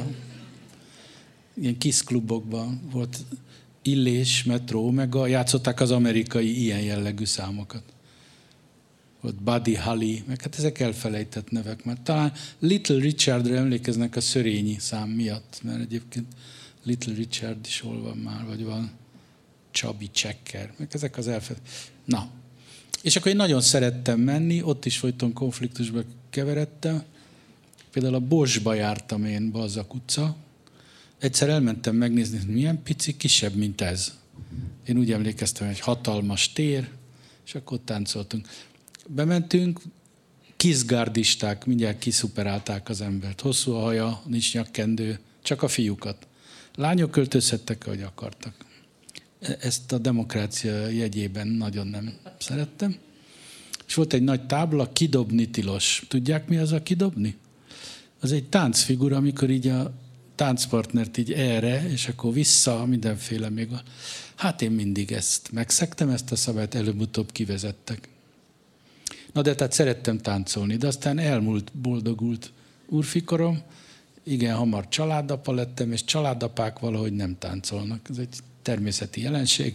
Ilyen kis klubokban volt Illés, Metro, Omega, játszották az amerikai ilyen jellegű számokat. Volt Buddy Holly, meg hát ezek elfelejtett nevek, mert talán Little Richardra emlékeznek a Szörényi szám miatt, mert egyébként Little Richard is hol van már, vagy van Chubby Checker, meg ezek az elfelejtett. Na, és akkor én nagyon szerettem menni, ott is folyton konfliktusba keveredtem. Például a Bosba jártam én, Balzak utca. Egyszer elmentem megnézni, hogy milyen pici, kisebb, mint ez. Én úgy emlékeztem, hogy egy hatalmas tér, és akkor táncoltunk. Bementünk, kiszgárdisták, mindjárt kiszuperálták az embert. Hosszú a haja, nincs nyakkendő, csak a fiúkat. Lányok költözhettek, ahogy akartak. Ezt a demokrácia jegyében nagyon nem szerettem. És volt egy nagy tábla, kidobni tilos. Tudják, mi az a kidobni? Az egy táncfigura, amikor így a táncpartnert így erre, és akkor vissza, mindenféle még van. Hát én mindig ezt megszegtem, ezt a szabályt, előbb-utóbb kivezettek. Na de tehát szerettem táncolni, de aztán elmúlt boldogult úrfikorom, igen, hamar családapa lettem, és családapák valahogy nem táncolnak. Ez egy természeti jelenség.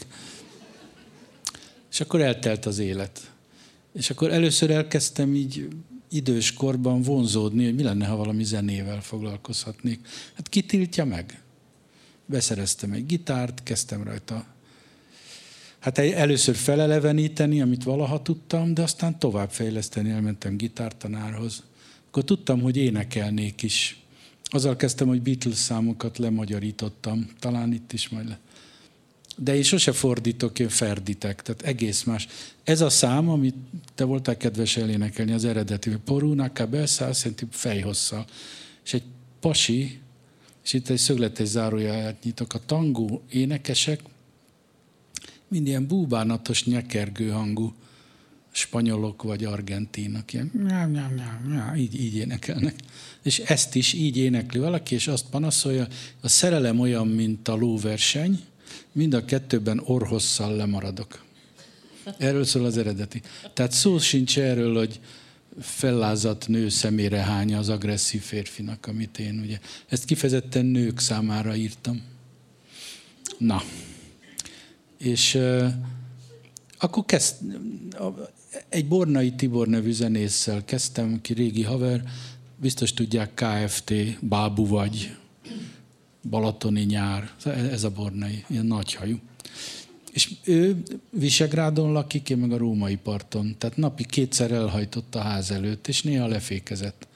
És akkor eltelt az élet. És akkor először elkezdtem így idős korban vonzódni, hogy mi lenne, ha valami zenével foglalkozhatnék. Hát ki tiltja meg? Beszereztem egy gitárt, kezdtem rajta. Hát először feleleveníteni, amit valaha tudtam, de aztán továbbfejleszteni, elmentem gitártanárhoz. Akkor tudtam, hogy énekelnék is. Azzal kezdtem, hogy Beatles számokat lemagyarítottam. Talán itt is majd De én sose fordítok, én ferdítek, tehát egész más. Ez a szám, amit te voltál kedves elénekelni, az eredeti, Poruna Cabeza, azt jelenti fejhosszal. És egy pasi, és itt egy szögletes záróját nyitok, a tangó énekesek mind ilyen búbánatos, nyekergő hangú spanyolok vagy argentinok, ilyen így énekelnek. És ezt is így énekli valaki, és azt panaszolja, a szerelem olyan, mint a lóverseny, mind a kettőben orrhosszal lemaradok. Erről szól az eredeti. Tehát szó sincs erről, hogy fellázadt nő szemére hánya az agresszív férfinak, amit én ugye. Ezt kifejezetten nők számára írtam. Na. És akkor egy Bornai Tibor nevű zenésszel kezdtem, aki régi haver, biztos tudják, KFT, Bábú vagy, Balatoni nyár, ez a Bornai, ilyen nagyhajú. És ő Visegrádon lakik, én meg a római parton, tehát napi 2-szer elhajtott a ház előtt, és néha lefékezett.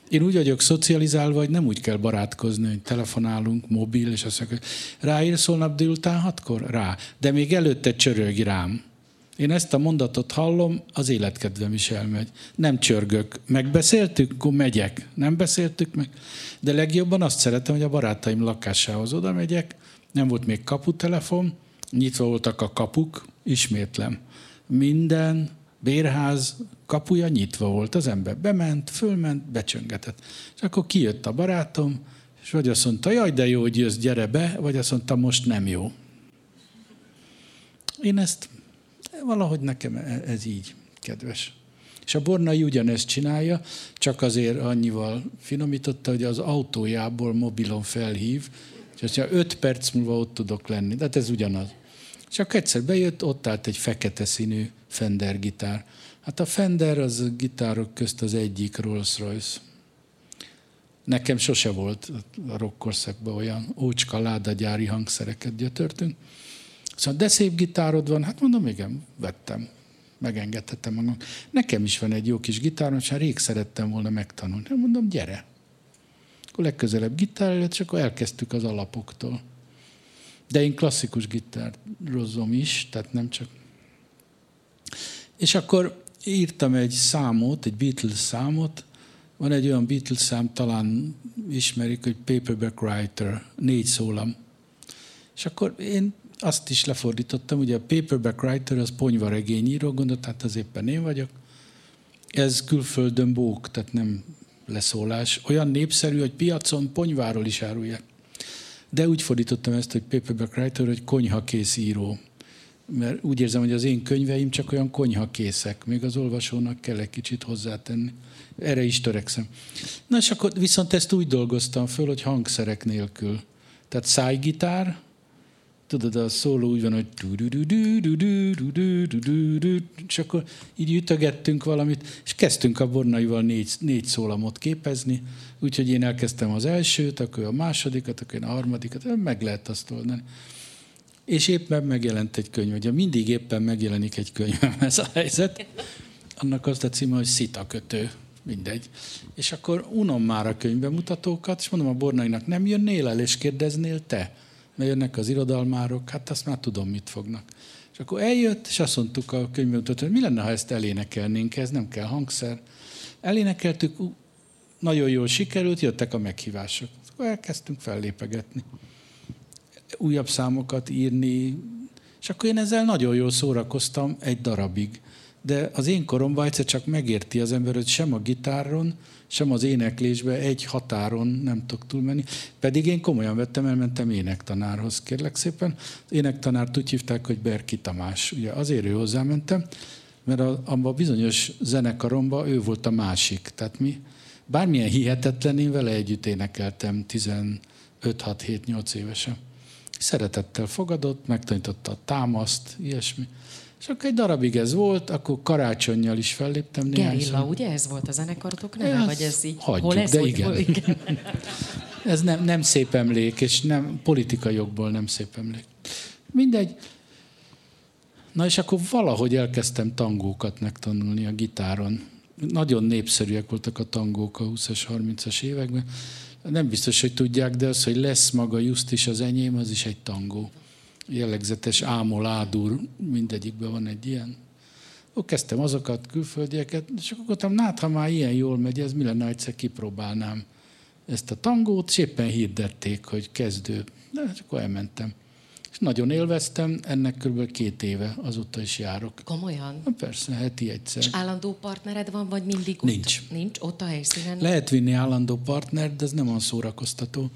Én úgy vagyok szocializálva, hogy nem úgy kell barátkozni, hogy telefonálunk, mobil, és azt mondjuk, ráírsz holnap délután 6-kor? Rá. De még előtte csörög rám. Én ezt a mondatot hallom, az életkedvem is elmegy. Nem csörgök. Megbeszéltük? Akkor megyek. Nem beszéltük meg? De legjobban azt szeretem, hogy a barátaim lakásához oda megyek. Nem volt még kaputelefon, nyitva voltak a kapuk, ismétlem. Minden bérház kapuja nyitva volt. Az ember bement, fölment, becsöngetett. És akkor kijött a barátom, és vagy azt mondta, jaj, de jó, hogy jössz, gyere be, vagy azt mondta, most nem jó. Én ezt valahogy nekem ez így kedves. És a Bornai ugyanezt csinálja, csak azért annyival finomította, hogy az autójából mobilon felhív, és azt mondja, 5 perc múlva ott tudok lenni. De hát ez ugyanaz. És akkor egyszer bejött, ott állt egy fekete színű Fender gitár. Hát a Fender az a gitárok közt az egyik Rolls-Royce. Nekem sose volt a rockkorszakban olyan ócska ládagyári hangszereket gyötörtünk. Szóval, de szép gitárod van, hát mondom, igen, vettem, megengedhetem magam. Nekem is van egy jó kis gitárom, és hát rég szerettem volna megtanulni. Hát mondom, gyere. Akkor legközelebb gitár előtt, és akkor elkezdtük az alapoktól. De én klasszikus gitározom is, tehát nem csak. És akkor írtam egy számot, egy Beatles számot. Van egy olyan Beatles szám, talán ismerik, hogy Paperback Writer, 4 szólam. És akkor én azt is lefordítottam, ugye a Paperback Writer az ponyvaregényíró, gondolt, hát az éppen én vagyok. Ez külföldön bók, tehát nem leszólás. Olyan népszerű, hogy piacon ponyváról is árulják. De úgy fordítottam ezt, hogy Paperback Writer, hogy konyhakész író. Mert úgy érzem, hogy az én könyveim csak olyan konyhakészek. Még az olvasónak kell egy kicsit hozzátenni. Erre is törekszem. Na és akkor viszont ezt úgy dolgoztam föl, hogy hangszerek nélkül. Tehát szájgitár, tudod, a szóló úgy van, hogy és akkor így ütögettünk valamit, és kezdtünk a Bornaival 4 szólamot képezni, úgyhogy én elkezdtem az elsőt, akkor a másodikat, akkor a harmadikat, meg lehet azt oldani. És éppen megjelent egy könyv, ugye mindig éppen megjelenik egy könyvem, ez a helyzet. Annak azt a címe, hogy Szitakötő, mindegy. És akkor unom már a könyvbemutatókat, és mondom a Bornainak, nem jönnél el, és kérdeznél te? Mert jönnek az irodalmárok, hát azt már tudom, mit fognak. És akkor eljött, és azt mondtuk a könyvbemutatót, hogy mi lenne, ha ezt elénekelnénk, ez nem kell hangszer. Elénekeltük, nagyon jól sikerült, jöttek a meghívások. Akkor elkezdtünk fellépegetni. Újabb számokat írni, és akkor én ezzel nagyon jól szórakoztam egy darabig. De az én koromban egyszer csak megérti az ember, hogy sem a gitáron, sem az éneklésben egy határon nem tudok túlmenni. Pedig én komolyan vettem, elmentem énektanárhoz, kérlek szépen. Az énektanárt úgy hívták, hogy Berki Tamás. Ugye azért ő hozzámentem, mert abban a bizonyos zenekaromban ő volt a másik. Tehát mi bármilyen hihetetlen, én vele együtt énekeltem 15-6-7-8 évesen. Szeretettel fogadott, megtanította a támaszt, ilyesmi. És akkor egy darabig ez volt, akkor Karácsonnyal is felléptem néhányszor. Gerilla, ugye ez volt a zenekarotok neve? Vagy ez így? Hagyjuk, hol ez de volt? igen. Ez nem szép emlék, és nem politikai jogból nem szép emlék. Mindegy. Na és akkor valahogy elkezdtem tangókat megtanulni a gitáron. Nagyon népszerűek voltak a tangók a 20-as, 30-as években. Nem biztos, hogy tudják, de az, hogy lesz maga just is az enyém, az is egy tangó. Jellegzetes ámol, ádur, mindegyikben van egy ilyen. Akkor kezdtem azokat, külföldieket, és akkor gondoltam, hát ha már ilyen jól megy, ez mi lenne, ha egyszer kipróbálnám ezt a tangót, és éppen hirdették, hogy kezdő. De akkor elmentem. És nagyon élveztem, ennek kb. 2 éve, azóta is járok. Komolyan? Na persze, heti egyszer. És állandó partnered van, vagy mindig ott? Nincs. Nincs? Ott a helyszínen? Lehet vinni állandó partnert, de ez nem olyan szórakoztató.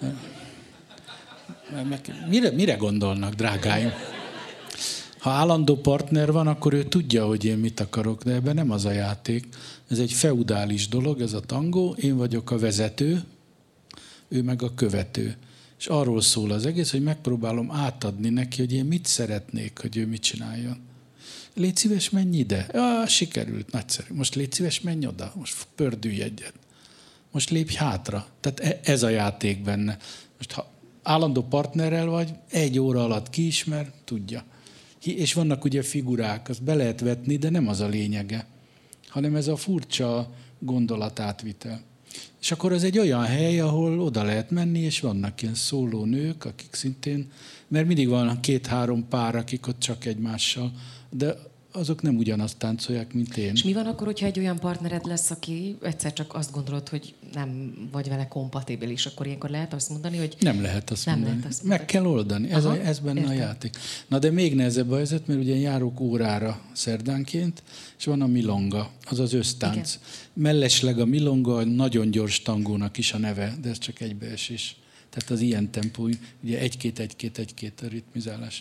Mire gondolnak, drágáim? Ha állandó partner van, akkor ő tudja, hogy én mit akarok, de ebben nem az a játék. Ez egy feudális dolog, ez a tangó. Én vagyok a vezető, ő meg a követő. És arról szól az egész, hogy megpróbálom átadni neki, hogy én mit szeretnék, hogy ő mit csináljon. Légy szíves, menj ide. Ja, sikerült, nagyszerű. Most légy szíves, menj oda. Most pördülj egyet. Most lépj hátra. Tehát ez a játék benne. Most ha állandó partnerrel vagy, 1 óra alatt kiismer, tudja. És vannak ugye figurák, azt be lehet vetni, de nem az a lényege, hanem ez a furcsa gondolatátvitel. És akkor ez egy olyan hely, ahol oda lehet menni, és vannak ilyen szóló nők, akik szintén, mert mindig van 2-3 pár, akik ott csak egymással, de azok nem ugyanazt táncolják, mint én. És mi van akkor, hogyha egy olyan partnered lesz, aki egyszer csak azt gondolod, hogy nem vagy vele kompatibilis, akkor ilyenkor lehet azt mondani, hogy... Nem lehet azt mondani. Meg kell oldani. Ez benne értem. a játék. Na de még nehezebb a helyzet, mert ugye járok órára szerdánként, és van a milonga, az az össztánc. Igen. Mellesleg a milonga a nagyon gyors tangónak is a neve, de ez csak egybeesés. Tehát az ilyen tempó, ugye 1-2-1-2-1-2 a ritmizálás.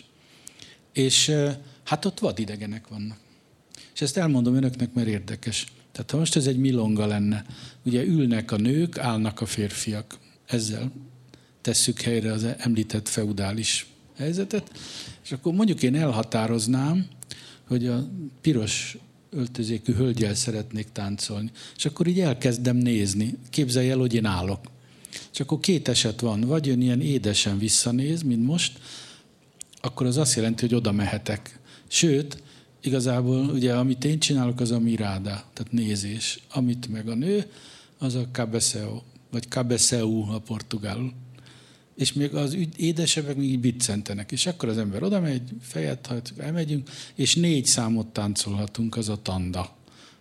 És hát ott vadidegenek vannak. És ezt elmondom önöknek, mert érdekes. Tehát ha most ez egy milonga lenne, ugye ülnek a nők, állnak a férfiak. Ezzel tesszük helyre az említett feudális helyzetet. És akkor mondjuk én elhatároznám, hogy a piros öltözékű hölgyel szeretnék táncolni. És akkor így elkezdem nézni. Képzelj el, hogy én állok. És akkor 2 eset van. Vagy ön ilyen édesen visszanéz, mint most, akkor az azt jelenti, hogy oda mehetek. Sőt, igazából ugye amit én csinálok, az a mirada, tehát nézés. Amit meg a nő, az a cabeceo, vagy cabeceu a portugálul. És még az édesebbek még így biccentenek. És akkor az ember oda megy, fejet hajtjuk, elmegyünk, és 4 számot táncolhatunk, az a tanda.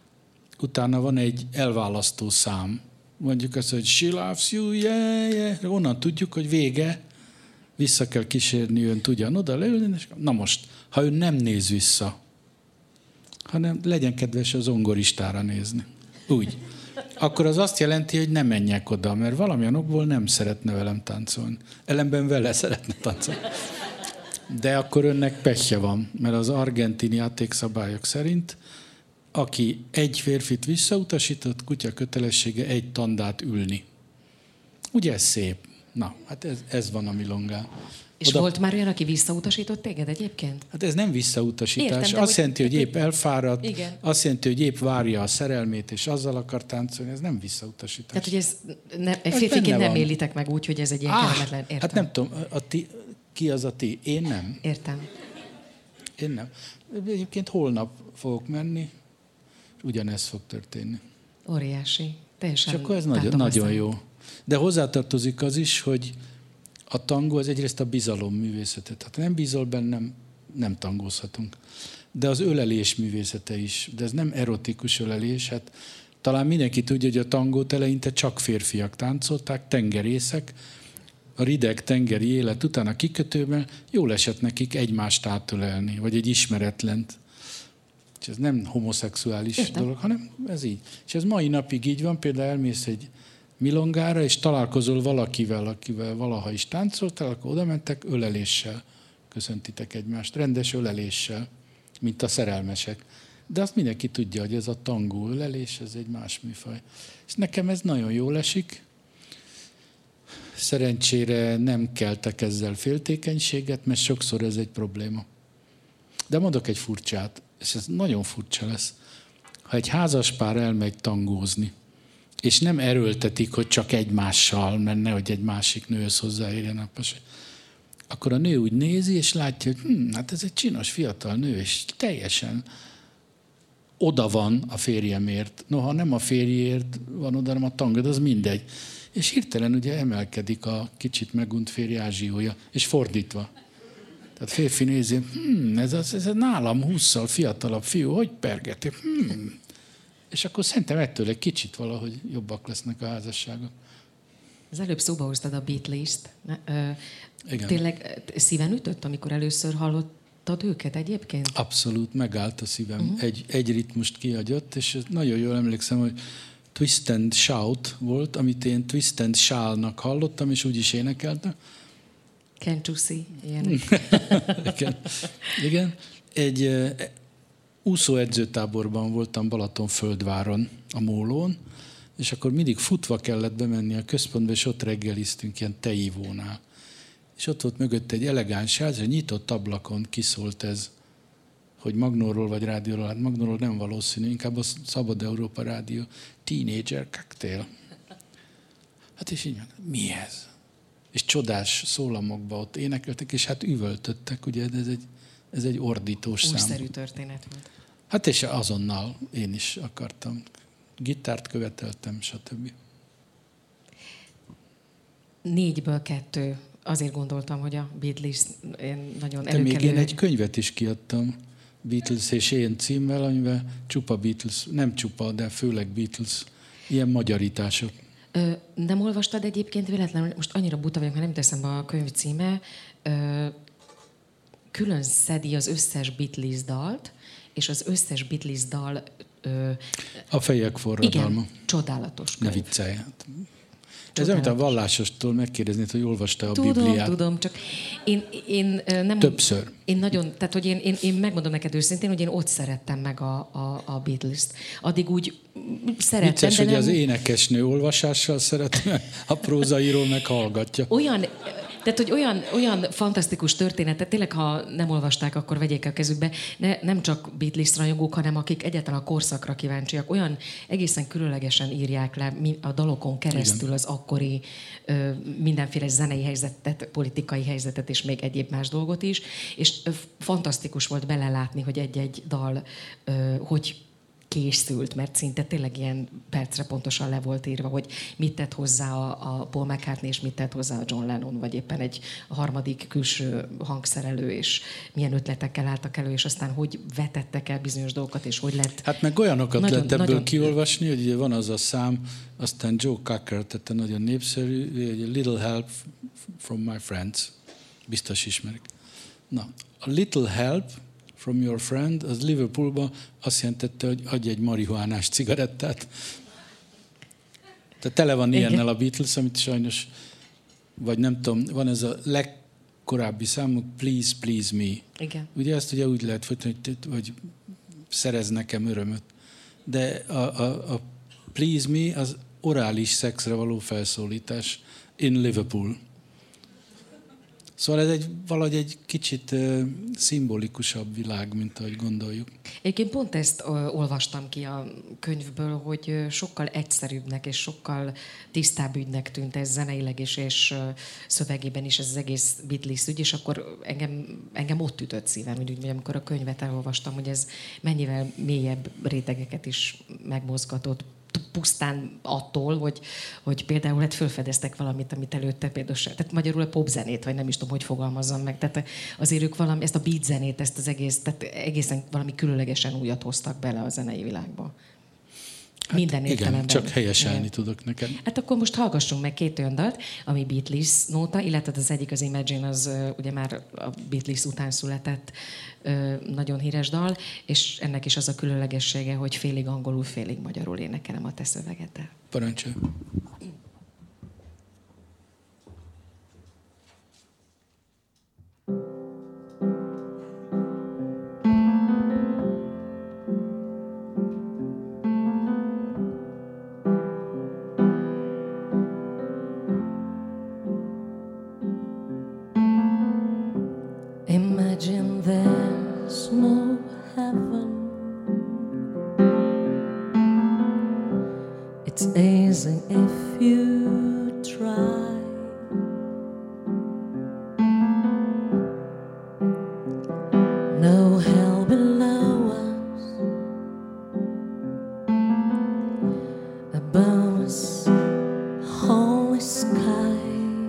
Utána van egy elválasztó szám. Mondjuk azt, hogy she loves you, yeah, yeah. Onnan tudjuk, hogy vége, vissza kell kísérni önt ugyanoda leülni, és na most, ha ön nem néz vissza, hanem legyen kedves az zongoristára nézni. Úgy. Akkor az azt jelenti, hogy ne menjek oda, mert valamilyen okból nem szeretne velem táncolni. Ellenben vele szeretne táncolni. De akkor önnek pehje van, mert az argentin játékszabályok szerint, aki egy férfit visszautasított, kutya kötelessége 1 tandát ülni. Ugye ez szép? Na, hát ez van a milongán. És volt már olyan, aki visszautasított téged egyébként? Hát ez nem visszautasítás. Értem, azt jelenti, hogy épp elfáradt, igen. Azt jelenti, hogy épp várja a szerelmét, és azzal akar táncolni. Ez nem visszautasítás. Tehát, hogy egy férfiként nem élitek meg úgy, hogy ez egy ilyen kellemetlen. Értem. Hát nem tudom, ki az a ti? Én nem. Értem. Én nem. Egyébként holnap fogok menni, és ugyanez fog történni. Óriási. Teljesen. És akkor ez nagyon jó. De hozzátartozik az is, hogy a tangó az egyrészt a bizalom művészete. Tehát nem bízol bennem, nem tangózhatunk. De az ölelés művészete is. De ez nem erotikus ölelés. Hát talán mindenki tudja, hogy a tangót eleinte csak férfiak táncolták, tengerészek. A rideg tengeri élet után a kikötőben jól esett nekik egymást átölelni, vagy egy ismeretlent. És ez nem homoszexuális dolog, hanem ez így. És ez mai napig így van. Például elmész egy milongára, és találkozol valakivel, akivel valaha is táncoltál, akkor oda mentek, öleléssel köszöntitek egymást, rendes öleléssel, mint a szerelmesek. De azt mindenki tudja, hogy ez a tangó ölelés, ez egy más műfaj. És nekem ez nagyon jól esik. Szerencsére nem keltek ezzel féltékenységet, mert sokszor ez egy probléma. De mondok egy furcsát, és ez nagyon furcsa lesz. Ha egy házaspár elmegy tangózni, és nem erőltetik, hogy csak egymással, mert nehogy egy másik nőhöz hozzáérjen a pasi, akkor a nő úgy nézi, és látja, hogy hát ez egy csinos fiatal nő, és teljesen oda van a férjemért. Noha nem a férjért van oda, hanem a tangod, az mindegy. És hirtelen ugye emelkedik a kicsit megunt férj ázsiója, és fordítva. Tehát férfi nézi, ez nálam 20-szal fiatalabb fiú, hogy pergeti? És akkor szerintem ettől egy kicsit valahogy jobbak lesznek a házasságok. Az előbb szóba hoztad a Beatles-t. Igen. Tényleg szíven ütött, amikor először hallottad őket egyébként? Abszolút, megállt a szívem. Egy ritmust kihagyott, és nagyon jól emlékszem, hogy Twist and Shout volt, amit én Twist and Shout-nak hallottam, és úgy is énekeltem. Can't you see? Ilyen. Igen. Egy úszóedzőtáborban voltam Balatonföldváron, a Mólón, és akkor mindig futva kellett bemenni a központba, és ott reggeliztünk ilyen teívónál. És ott volt mögött egy elegáns ház, egy nyitott ablakon kiszólt ez, hogy Magnóról vagy rádióról, hát Magnóról nem valószínű, inkább a Szabad Európa Rádió, Teenager Cocktail. Hát és így mondta, mi ez? És csodás szólamokba ott énekeltek, és hát üvöltöttek, ugye, de ez egy ordítós szám. Újszerű történet volt. Hát és azonnal én is akartam. Gitárt követeltem, stb. 4-ből 2. Azért gondoltam, hogy a Beatles nagyon De előkelő. még én egy könyvet is kiadtam, Beatles és én címmel, amiben csupa Beatles, nem csupa, de főleg Beatles, ilyen magyarítások. Nem olvastad egyébként véletlenül, most annyira buta vagyok, mert nem teszem a könyv címe, külön szedi az összes Beatles dalt, és az összes Beatles dal... A fejek forradalma. Igen, csodálatos könyv. Ne viccelj. Ez nem, a vallásostól megkérdeznéd, hogy olvasta a Bibliát. Tudom, csak én nem... Többször. Én nagyon, tehát hogy én megmondom neked őszintén, hogy én ott szerettem meg a Beatles-t. Addig úgy szerettem, vicces, de hogy nem... az énekesnő olvasással szeretne, a prózaíró meg hallgatja. Tehát, hogy olyan fantasztikus történetet, tényleg, ha nem olvasták, akkor vegyék a kezükbe, nem csak Beatles rajongók, hanem akik egyáltalán a korszakra kíváncsiak, olyan egészen különlegesen írják le a dalokon keresztül igen. Az akkori mindenféle zenei helyzetet, politikai helyzetet és még egyéb más dolgot is, és fantasztikus volt belelátni, hogy egy-egy dal hogy készült, mert szinte tényleg ilyen percre pontosan le volt írva, hogy mit tett hozzá a Paul McCartney, és mit tett hozzá a John Lennon, vagy éppen egy harmadik külső hangszerelő, és milyen ötletekkel álltak elő, és aztán hogy vetettek el bizonyos dolgokat, és hogy lett... Hát meg olyanokat lehet ebből kiolvasni, hogy ugye van az a szám, aztán Joe Cocker tette nagyon népszerű, hogy Little Help from My Friends. Biztos ismerik. Na, a Little Help from your friend, az Liverpoolban azt jelentette, hogy adj egy marihuánás cigarettát. Tehát tele van ilyennel a Beatles, amit sajnos, vagy nem tudom, van ez a legkorábbi számuk, Please, Please Me. Igen. Ugye ezt ugye úgy lehet folytani, hogy szerez nekem örömöt. De a Please Me az orális szexre való felszólítás in Liverpool. Szóval ez valahogy egy kicsit szimbolikusabb világ, mint ahogy gondoljuk. Egyébként pont ezt olvastam ki a könyvből, hogy sokkal egyszerűbbnek és sokkal tisztább ügynek tűnt ez zeneileg is, és szövegében is ez az egész Beatles ügy, és akkor engem ott ütött szívem, úgy, amikor a könyvet elolvastam, hogy ez mennyivel mélyebb rétegeket is megmozgatott. Pusztán attól, hogy például hát felfedeztek valamit, amit előtte például tehát magyarul a popzenét, vagy nem is tudom, hogy fogalmazzam meg. Tehát azért ők ezt a beat zenét, ezt az egész, tehát egészen valami különlegesen újat hoztak bele a zenei világba. Hát minden értelemben. Igen, csak helyeselni tudok neked. Hát akkor most hallgassunk meg 2 olyan dalt, ami Beatles nóta, illetve az egyik, az Imagine, az ugye már a Beatles után született nagyon híres dal, és ennek is az a különlegessége, hogy félig angolul, félig magyarul énekelem a te szövegeddel. Parancsolj! Imagine there's no heaven. It's easy if you try. No hell below us, above us, holy sky.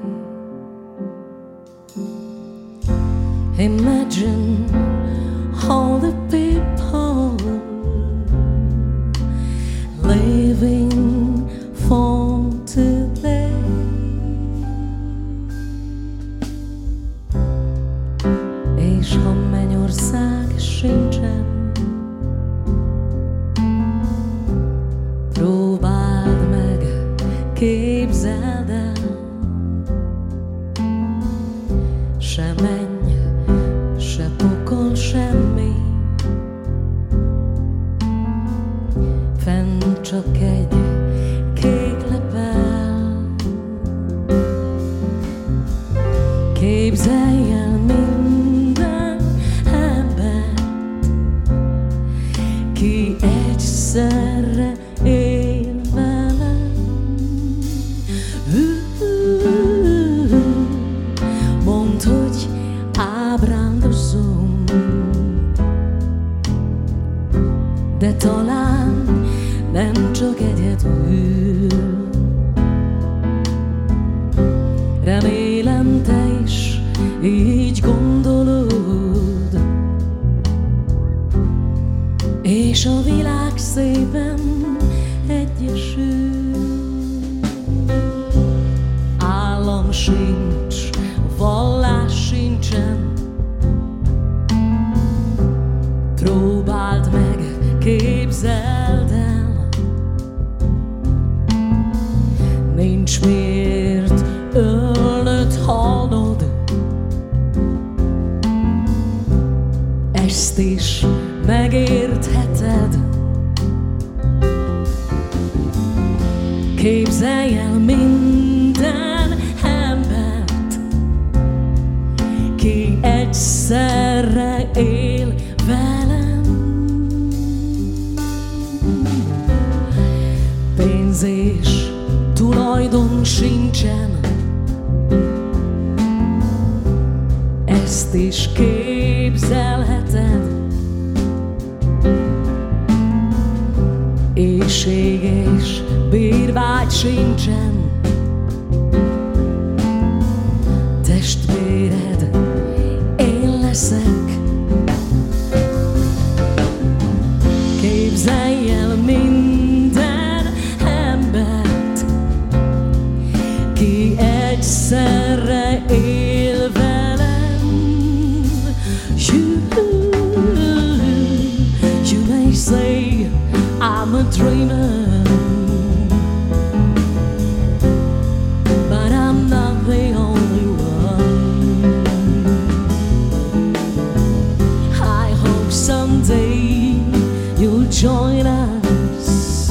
Imagine all the people living for today. És ha mennyország sincsen, próbáld meg, képzeld el, se menj, se pokol, semmi, fenn csak egy kék lepel. Képzelj el minden embert, ki egyszerre él velem. Mondd, hogy ábrándozom, de talán nem csak egyedül. így gondolod, és a világ szépen egyesül. Állam sincs, vallás sincsen, próbáld meg, képzeld el, nincs miért ölnöd, halnod, ezt is megértheted. Képzelj el minden embert, ki egyszerre él velem. Pénz és tulajdon sincsen, ezt is képzelheted. Éhség és bérvágy sincsen, testvéred, én leszek. Képzelj el minden embert, ki egyszerre él velem. You may say I'm a dreamer, but I'm not the only one. I hope someday you'll join us,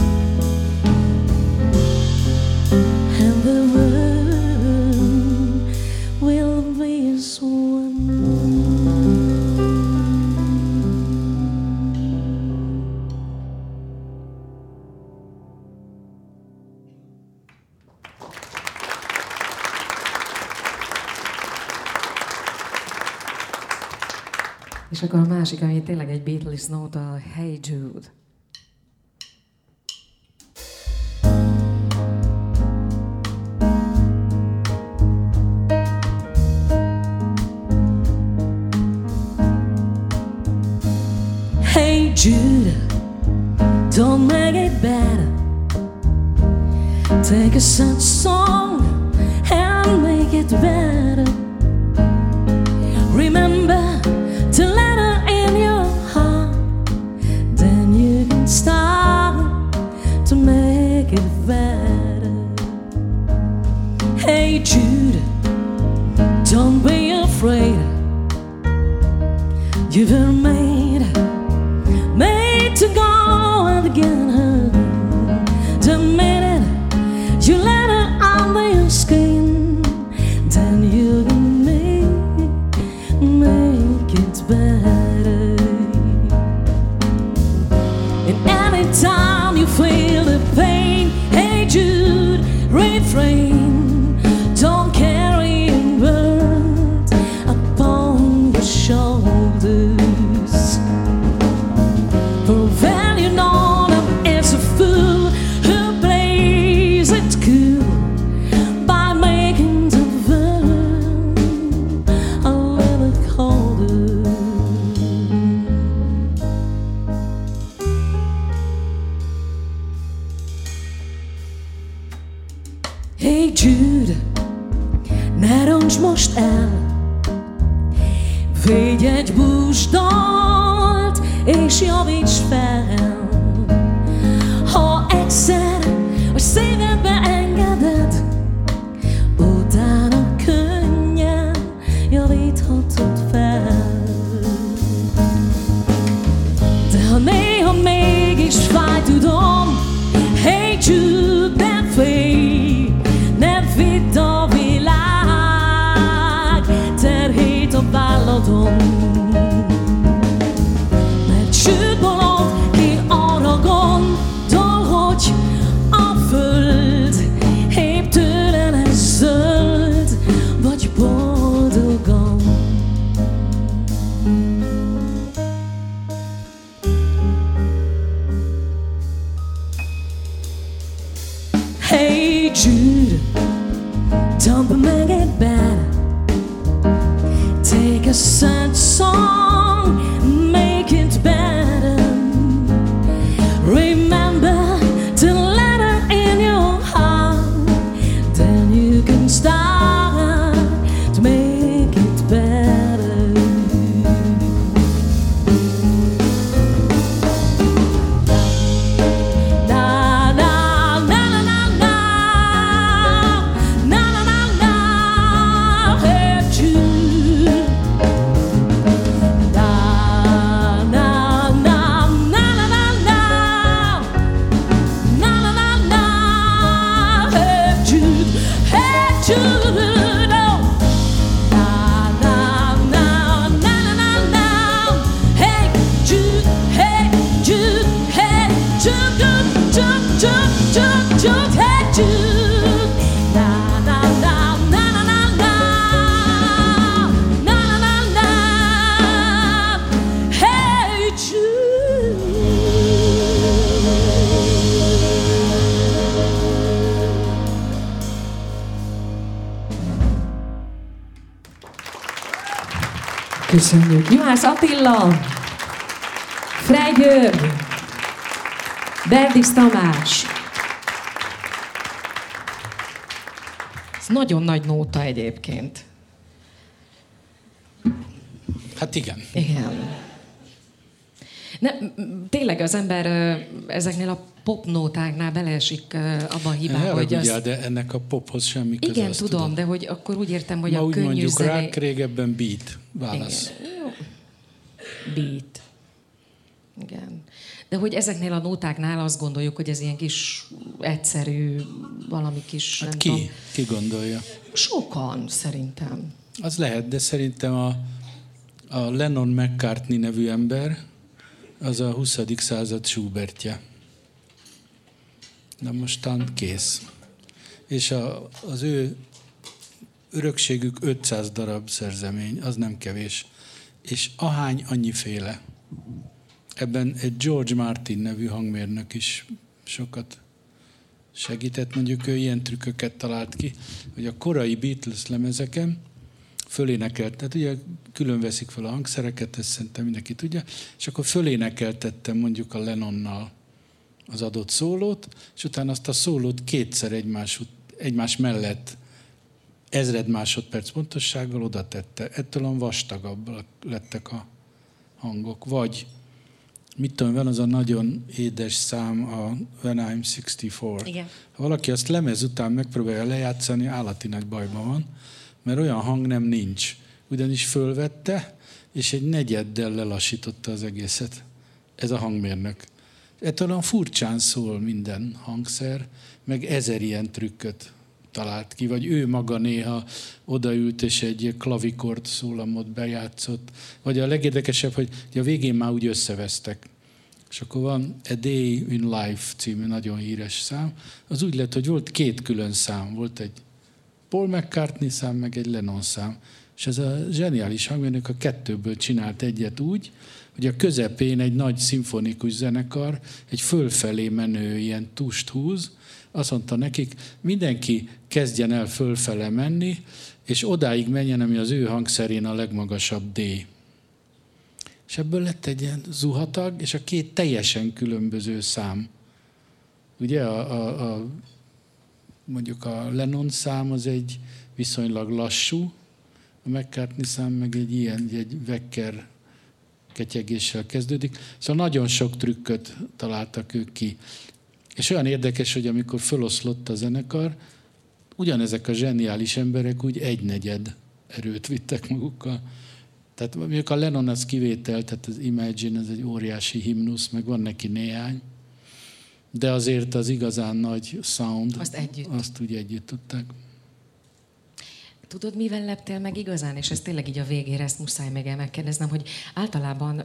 and the world will be as one. És akkor a másik, ami tényleg egy Beatles nóta, a Hey Jude. Hey Jude, don't make it better. Take a sad song and make it better. Remember to let her in your heart, then you can start to make it better. Hey Jude, don't be afraid. You were made to go and get her. The minute you let her under your skin, then you can make it better. And anytime you feel the pain, hey Jude, refrain. Don't carry a burden upon your shoulders. For well you know that it's a fool who plays it cool by making the world a little colder. Hey Jude, ne roncs most el, védj egy búsdalt és javíts fel. Ha egyszer a szívedbe engeded, utána könnyen javíthatod fel. De ha néha mégis fáj, tudom, hey Jude, ne félj, ne vidd a világ terhét a válladon. Sütbolond ki arra gondol, hogy a föld épp tőle lesz zöld, vagy boldogan. Hey Jude, don't make it bad. sad song, make it better. Remember to let her in your heart, then you can start to make it better. Na na na na na na na na na na, hey Jude. Na na na na na na na na na na, hey Jude, hey Jude. Oh. Na na na na na na, hey Jude, hey Jude, hey Jude, Jude, Jude, Jude, Jude, hey Jude. Na na na na na na na na na na, hey Jude. Köszönjük. Juhász Attila, Frey György, Berdis Tamás. Ez nagyon nagy nóta egyébként. Hát igen. Igen. Tényleg az ember ezeknél a popnótáknál beleesik abba a hibába, hogy az... de ennek a pophoz semmi köze. Igen, tudom, de hogy akkor úgy értem, hogy ma a úgy könnyű mondjuk zené... rock, régebben beat. Válasz. Igen. Jó. Beat. Igen. De hogy ezeknél a nótáknál azt gondoljuk, hogy ez ilyen kis egyszerű, valami kis... Hát nem ki? tudom. Ki gondolja? Sokan, szerintem. Az lehet, de szerintem a Lennon McCartney nevű ember az a 20. század Schubertje. Na mostan kész. És az ő örökségük 500 darab szerzemény, az nem kevés. És ahány annyiféle. Ebben egy George Martin nevű hangmérnök is sokat segített. Mondjuk ő ilyen trükköket talált ki, hogy a korai Beatles lemezeken fölénekelt, tehát ugye külön veszik fel a hangszereket, ezt szerintem mindenki tudja, és akkor fölénekeltettem mondjuk a Lennonnal az adott szólót, és utána azt a szólót kétszer egymás mellett 1000 másodperc pontossággal oda tette. Ettől olyan vastagabb lettek a hangok. Vagy, mit tudom, van az a nagyon édes szám, a When I'm 64. Igen. Ha valaki azt lemez után megpróbálja lejátszani, állati nagy bajban van, mert olyan hang nem nincs. Ugyanis fölvette, és egy negyeddel lelassította az egészet. Ez a hangmérnök. Ettől olyan furcsán szól minden hangszer, meg 1000 ilyen trükköt talált ki, vagy ő maga néha odaült, és egy klavikord szólamot bejátszott. Vagy a legérdekesebb, hogy a végén már úgy összevesztek. És akkor van A Day in Life című nagyon híres szám. Az úgy lett, hogy volt 2 külön szám. Volt egy Paul McCartney szám, meg egy Lennon szám. És ez a zseniális hangmérnök a 2-ből csinált egyet úgy, hogy a közepén egy nagy szimfonikus zenekar egy fölfelé menő ilyen tust húz. Azt mondta nekik, mindenki kezdjen el fölfele menni, és odáig menjen, ami az ő hangszerén a legmagasabb D. És ebből lett egy ilyen zuhatag, és a 2 teljesen különböző szám. Ugye mondjuk a Lennon szám az egy viszonylag lassú, a McCartney szám meg egy Wecker ketyegéssel kezdődik. Szóval nagyon sok trükköt találtak ők ki. És olyan érdekes, hogy amikor feloszlott a zenekar, ugyanezek a zseniális emberek úgy 1/4 erőt vittek magukkal. Tehát mondjuk a Lennon az kivétel, tehát az Imagine, ez egy óriási himnusz, meg van neki néhány, de azért az igazán nagy sound, azt úgy együtt tudták. Tudod, mivel leptél meg igazán? És ez tényleg így a végére, ezt muszáj még megkérdeznem, hogy általában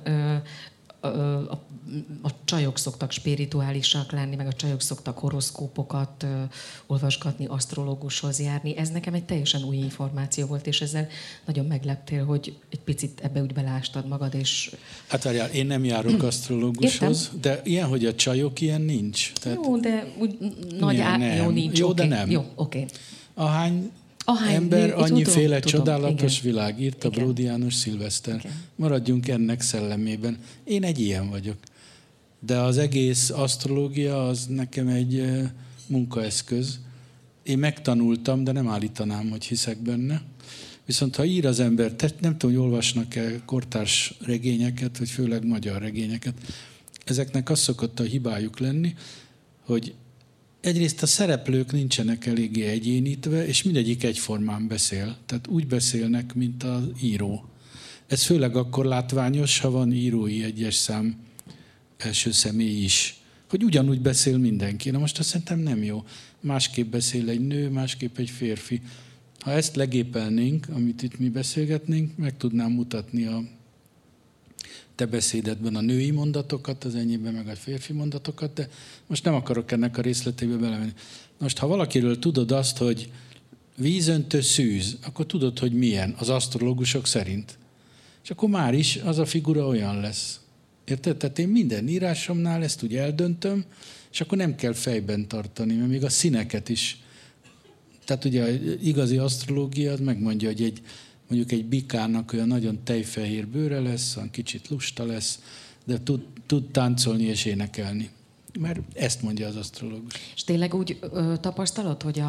a csajok szoktak spirituálisak lenni, meg a csajok szoktak horoszkópokat olvasgatni, asztrológushoz járni. Ez nekem egy teljesen új információ volt, és ezzel nagyon megleptél, hogy egy picit ebbe úgy belástad magad, és... Hát várjál, én nem járok asztrológushoz, de ilyen, hogy a csajok, ilyen nincs. Tehát... Jó, de úgy nagy jó, nincs. Jó, okay. de nem. Jó, oké. Ahány Ember, annyiféle csodálatos igen. világ, írta Bródi János Szilveszter. Igen. Maradjunk ennek szellemében. Én egy ilyen vagyok. De az egész asztrológia az nekem egy munkaeszköz. Én megtanultam, de nem állítanám, hogy hiszek benne. Viszont ha ír az ember, nem tudom, hogy olvasnak-e kortárs regényeket, vagy főleg magyar regényeket, ezeknek az szokott a hibájuk lenni, hogy egyrészt a szereplők nincsenek eléggé egyénítve, és mindegyik egyformán beszél. Tehát úgy beszélnek, mint az író. Ez főleg akkor látványos, ha van írói egyes szám első személy is. Hogy ugyanúgy beszél mindenki. Na most azt szerintem nem jó. Másképp beszél egy nő, másképp egy férfi. Ha ezt legépelnénk, amit itt mi beszélgetnénk, meg tudnám mutatni a te beszédedben a női mondatokat, az enyémben meg a férfi mondatokat, de most nem akarok ennek a részletébe belemenni. Most, ha valakiről tudod azt, hogy vízöntő szűz, akkor tudod, hogy milyen az asztrológusok szerint. És akkor már is az a figura olyan lesz. Érted? Tehát én minden írásomnál ezt úgy eldöntöm, és akkor nem kell fejben tartani, mert még a színeket is. Tehát ugye az igazi asztrológia az megmondja, hogy mondjuk egy bikának olyan nagyon tejfehér bőre lesz, olyan kicsit lusta lesz, de tud táncolni és énekelni. Mert ezt mondja az asztrológus. És tényleg úgy tapasztalod, hogy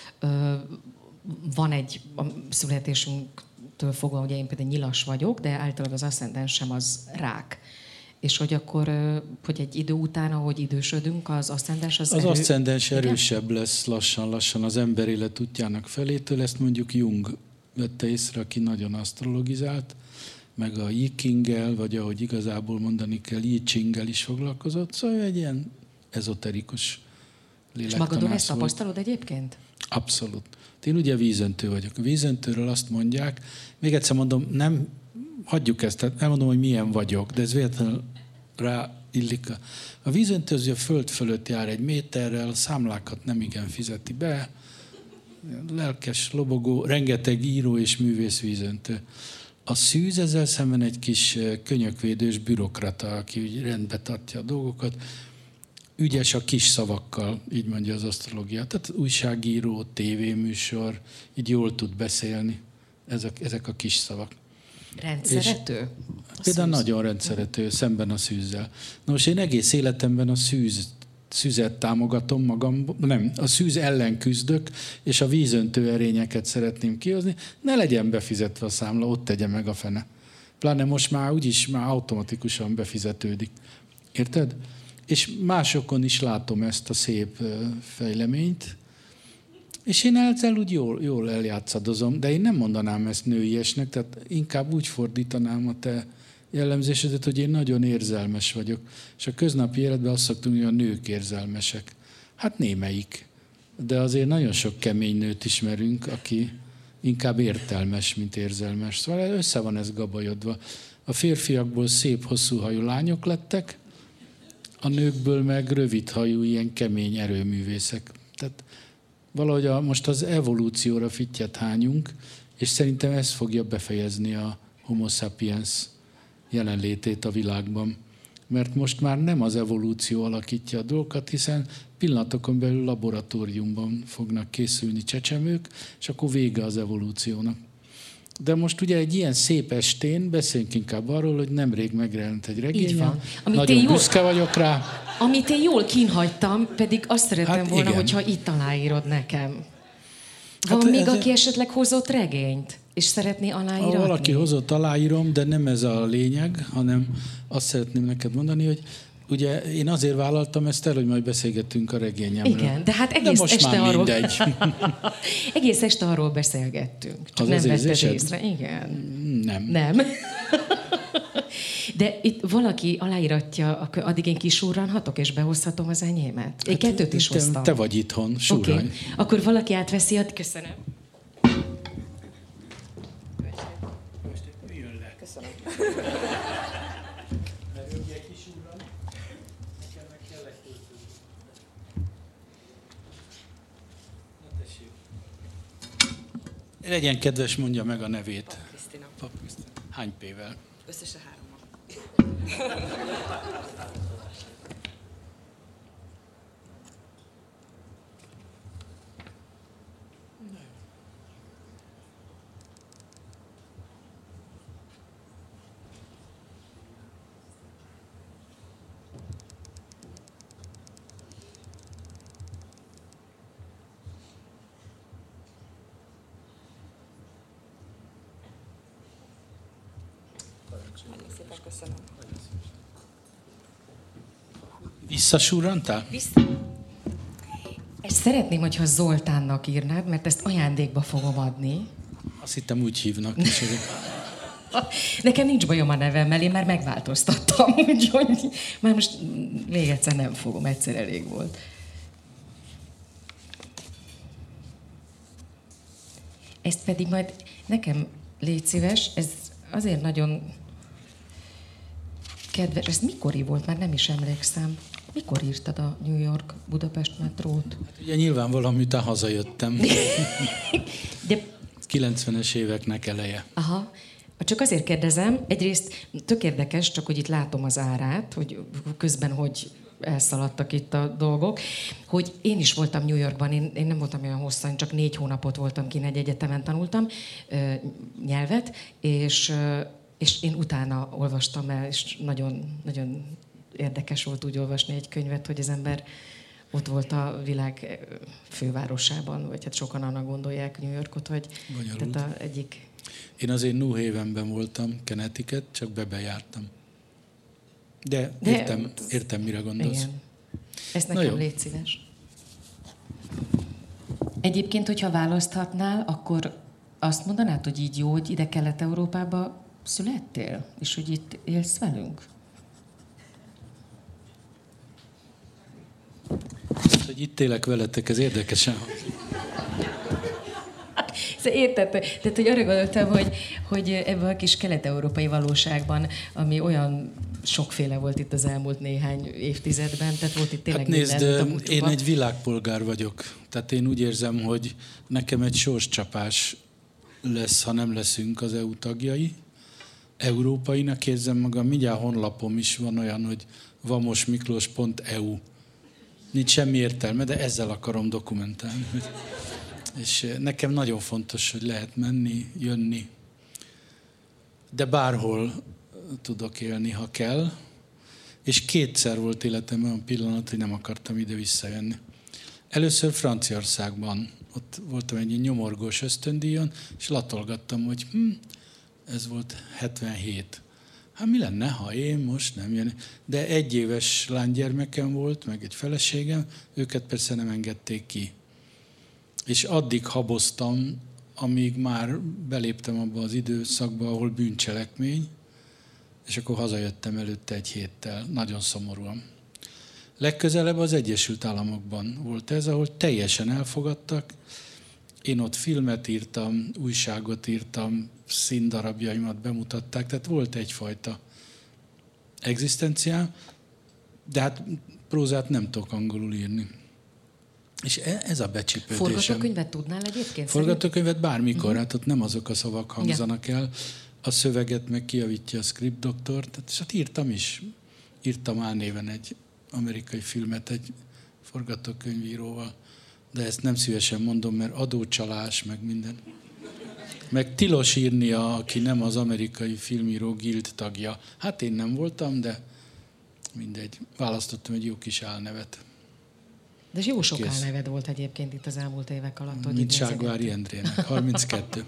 van egy a születésünktől fogva, ugye én például nyilas vagyok, de általában az aszcendensem az rák. És hogy akkor, hogy egy idő után, ahogy idősödünk, az aszcendens az aszcendens erősebb lesz lassan-lassan az ember élet útjának felétől. Ezt mondjuk Jung vette észre, aki nagyon asztrologizált, meg a I Ching-el, vagy ahogy igazából mondani kell, I Ching-el is foglalkozott. Szóval egy ilyen ezoterikus lélektanász. És magadon ezt tapasztalod egyébként? Abszolút. Én ugye vízöntő vagyok. A vízöntőről azt mondják, még egyszer mondom, nem hagyjuk ezt, tehát nem mondom, hogy milyen vagyok, de ez véletlenül ráillik. A vízöntő az a föld fölött jár egy méterrel, a számlákat nem igen fizeti be, lelkes, lobogó, rengeteg író és művész vízöntő. A szűz ezzel szemben egy kis könyökvédős bürokrata, aki úgy rendbe tartja a dolgokat, ügyes a kis szavakkal, így mondja az asztrológia. Tehát újságíró, tévéműsor, így jól tud beszélni, ezek a kis szavak. Rendszerető? Például nagyon rendszerető, szemben a szűzzel. Na most én egész életemben a szűzet támogatom magamban, nem, a szűz ellen küzdök, és a vízöntő erényeket szeretném kihozni, ne legyen befizetve a számla, ott tegye meg a fene. Pláne most már úgyis már automatikusan befizetődik. Érted? És másokon is látom ezt a szép fejleményt, és én ezzel úgy jól eljátszadozom, de én nem mondanám ezt nőiesnek, tehát inkább úgy fordítanám a te jellemzésedet, hogy én nagyon érzelmes vagyok. És a köznapi életben azt szoktunk, hogy a nők érzelmesek. Hát némelyik. De azért nagyon sok kemény nőt ismerünk, aki inkább értelmes, mint érzelmes. Szóval össze van ez gabajodva. A férfiakból szép, hosszú hajú lányok lettek, a nőkből meg rövid hajú, ilyen kemény erőművészek. Tehát valahogy most az evolúcióra fittyet hányunk, és szerintem ez fogja befejezni a homo sapiens jelenlétét a világban. Mert most már nem az evolúció alakítja a dolgokat, hiszen pillanatokon belül laboratóriumban fognak készülni csecsemők, és akkor vége az evolúciónak. De most ugye egy ilyen szép estén beszéljünk inkább arról, hogy nemrég megjelent egy regényem. Nagyon büszke vagyok rá. Amit én jól kínhagytam, pedig azt szerettem volna, hogyha itt aláírod nekem. Van még, aki esetleg hozott regényt, és szeretné aláíratni? Ha valaki hozott, aláírom, de nem ez a lényeg, hanem azt szeretném neked mondani, hogy ugye én azért vállaltam ezt el, hogy majd beszélgettünk a regényemről. Igen, de hát egész este arról beszélgettünk. Csak nem vetted észre. Igen. Nem. De itt valaki aláíratja, addig én kisúrranhatok, és behozhatom az enyémet. Én kettőt is hoztam. Te vagy itthon, súrranj. Okay. Akkor valaki átveszi, köszönöm. Köszönöm. Legyen kedves, mondja meg a nevét. Pap Krisztina. Hány P-vel? Összesen 3-mal. Szépen köszönöm. Visszasurrantál? Ezt szeretném, hogyha Zoltánnak írnád, mert ezt ajándékba fogom adni. Azt hittem úgy hívnak. Nekem nincs bajom a nevemmel, én már megváltoztattam, úgyhogy már most még egyszer nem fogom, egyszer elég volt. Ezt pedig majd nekem légy szíves, ez azért nagyon kedves. Ez mikori volt? Már nem is emlékszem. Mikor írtad a New York-Budapest metrót? Hát ugye nyilvánvalóan, miután hazajöttem. De... 90-es éveknek eleje. Aha. Csak azért kérdezem, egyrészt tök érdekes, csak hogy itt látom az árát, hogy közben hogy elszaladtak itt a dolgok, hogy én is voltam New Yorkban, én nem voltam olyan hosszan, csak 4 hónapot voltam kint, egy egyetemen tanultam nyelvet, és én utána olvastam el, és nagyon, nagyon érdekes volt úgy olvasni egy könyvet, hogy az ember ott volt a világ fővárosában, vagy hát sokan annak gondolják New Yorkot, hogy bonyolult. tehát egyik... Én azért New Havenben voltam, Connecticut, csak bejártam. De értem, mire gondolsz. Igen. Ezt nekem légy szíves. Egyébként, hogyha választhatnál, akkor azt mondanád, hogy így jó, hogy ide Kelet-Európába születtél, és hogy itt élsz velünk? Hogy itt élek veletek, ez érdekesen. Érted? Tehát, hogy arra gondoltam, hogy ebben a kis kelet-európai valóságban, ami olyan sokféle volt itt az elmúlt néhány évtizedben, tehát volt itt tényleg nézd, én egy világpolgár vagyok. Tehát én úgy érzem, hogy nekem egy sorscsapás lesz, ha nem leszünk az EU tagjai. Európainak érzem magam, mindjárt honlapom is van olyan, hogy vamosmiklós.eu. Nincs semmi értelme, de ezzel akarom dokumentálni. És nekem nagyon fontos, hogy lehet menni, jönni, de bárhol tudok élni, ha kell. És 2-szer volt életemben olyan pillanat, hogy nem akartam ide visszajönni. Először Franciaországban, ott voltam egy nyomorgós ösztöndíjon, és latolgattam, hogy ez volt 77. Hát mi lenne, ha én most nem jönni? De 1 éves lánygyermekem volt, meg egy feleségem, őket persze nem engedték ki. És addig haboztam, amíg már beléptem abba az időszakba, ahol bűncselekmény, és akkor hazajöttem előtte 1 héttel, nagyon szomorúan. Legközelebb az Egyesült Államokban volt ez, ahol teljesen elfogadtak. Én ott filmet írtam, újságot írtam, színdarabjaimat bemutatták, tehát volt egyfajta egzisztenciám, de hát prózát nem tudok angolul írni. És ez a becsípődésem. Forgatókönyvet tudnál egyébként? Forgatókönyvet bármikor, hát ott nem azok a szavak hangzanak el, a szöveget meg kijavítja a script doktor, és hát írtam is. Írtam álnéven egy amerikai filmet egy forgatókönyvíróval, de ezt nem szívesen mondom, mert adócsalás, meg minden. Meg tilos írnia, aki nem az amerikai filmíró guild tagja. Hát én nem voltam, de mindegy. Választottam egy jó kis álnevet. De jó sok álneved volt egyébként itt az elmúlt évek alatt. Mint Ságvári Endrének, 32.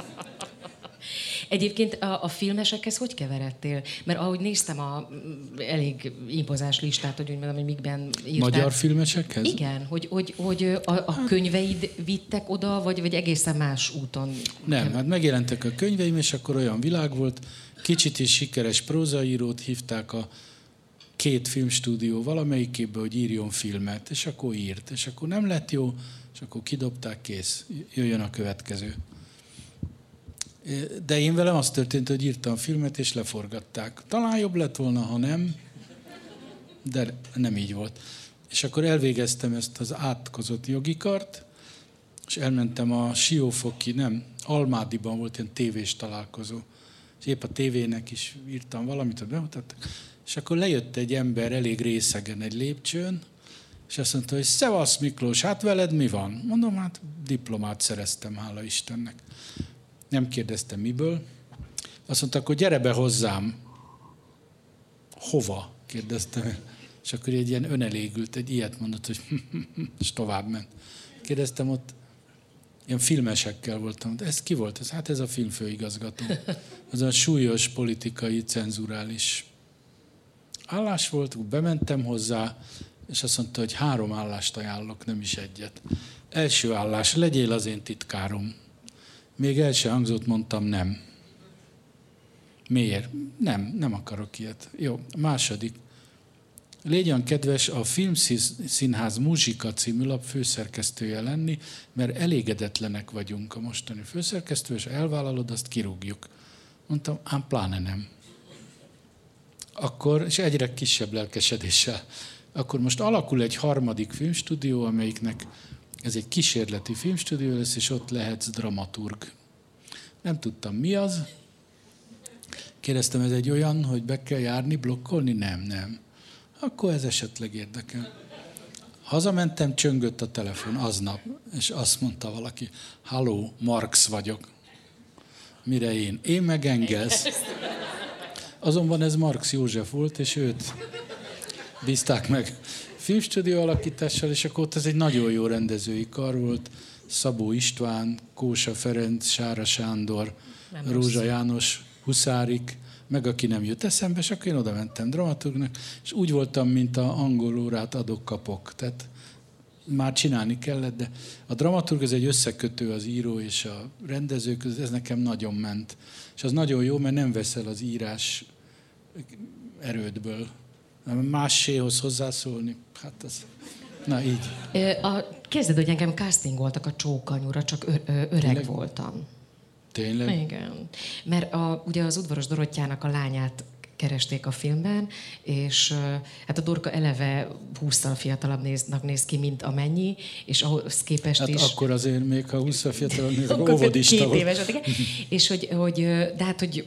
Egyébként a filmesekhez hogy keveredtél? Mert ahogy néztem a elég impozás listát, hogy úgy mondom, hogy mikben írtál. Magyar filmesekhez? Igen, hogy a könyveid vittek oda, vagy egészen más úton? Nem, hát megjelentek a könyveim, és akkor olyan világ volt, kicsit is sikeres prózaírót hívták a 2 filmstúdió valamelyikéből, hogy írjon filmet, és akkor írt, és akkor nem lett jó, és akkor kidobták, kész, jöjjön a következő. De én velem az történt, hogy írtam filmet, és leforgatták. Talán jobb lett volna, ha nem, de nem így volt. És akkor elvégeztem ezt az átkozott jogikart, és elmentem a Siófoki, Almádiban volt ilyen tévés találkozó. És épp a tévének is írtam valamit, hogy bemutattak. És akkor lejött egy ember elég részegen egy lépcsőn, és azt mondta, hogy szevasz Miklós, hát veled mi van? Mondom, hát diplomát szereztem, hála Istennek. Nem kérdeztem miből. Azt mondta, akkor gyere be hozzám. Hova? Kérdeztem. És akkor egy ilyen önelégült, egy ilyet mondott, hogy és tovább ment. Kérdeztem ott, ilyen filmesekkel voltam. De ez ki volt? Hát ez a filmfőigazgató. Az a súlyos politikai, cenzurális állás volt, bementem hozzá, és azt mondta, hogy 3 állást ajánlok, nem is egyet. Első állás, legyél az én titkárom. Még el se hangzott, mondtam nem. Miért? Nem akarok ilyet. Jó, második. Legyen kedves a Filmszínház Muzsika című lap főszerkesztője lenni, mert elégedetlenek vagyunk a mostani főszerkesztő, és ha elvállalod, azt kirúgjuk. Mondtam, ám pláne nem. Akkor, és egyre kisebb lelkesedéssel, akkor most alakul egy harmadik filmstúdió, amelyiknek ez egy kísérleti filmstúdió lesz, és ott lehetsz dramaturg. Nem tudtam, mi az. Kérdeztem, ez egy olyan, hogy be kell járni, blokkolni? Nem. Akkor ez esetleg érdekel. Hazamentem, csöngött a telefon aznap, és azt mondta valaki, halló, Marx vagyok. Mire én? Én meg Engels. Azonban ez Marx József volt, és őt bízták meg filmstúdió alakítással, és akkor ott ez egy nagyon jó rendezői kar volt. Szabó István, Kósa Ferenc, Sára Sándor, Rózsa János, Huszárik, meg aki nem jött eszembe, és akkor én oda mentem dramaturgnak, és úgy voltam, mint a angol órát adok-kapok. Tehát már csinálni kellett, de a dramaturg az egy összekötő az író és a rendező között, ez nekem nagyon ment. És az nagyon jó, mert nem veszel az írás erődből. Máséhoz hozzászólni, hát az... Na így. Kezded, hogy engem castingoltak a Csókanyúra, csak öreg Tényleg? Voltam. Tényleg? Igen. Mert ugye az udvaros Dorottyának a lányát keresték a filmben, és hát a Dorka eleve 20-tal fiatalabbnak néz ki, mint amennyi, és ahhoz képest hát is... akkor azért még, ha 20-tal fiatalabb néz, akkor óvodista 2 volt. éves, igen. És de hát, hogy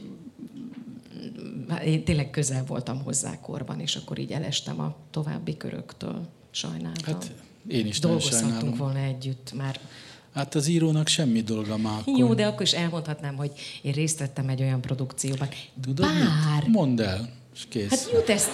én tényleg közel voltam hozzá korban, és akkor így elestem a további köröktől. Sajnáltam. Hát én is nagyon dolgozhattunk sajnálom. volna együtt már. Hát az írónak semmi dolga már akkor. Jó, de akkor is elmondhatnám, hogy én részt vettem egy olyan produkcióban. Tudod Bár... mit? Mondd el, és kész. Hát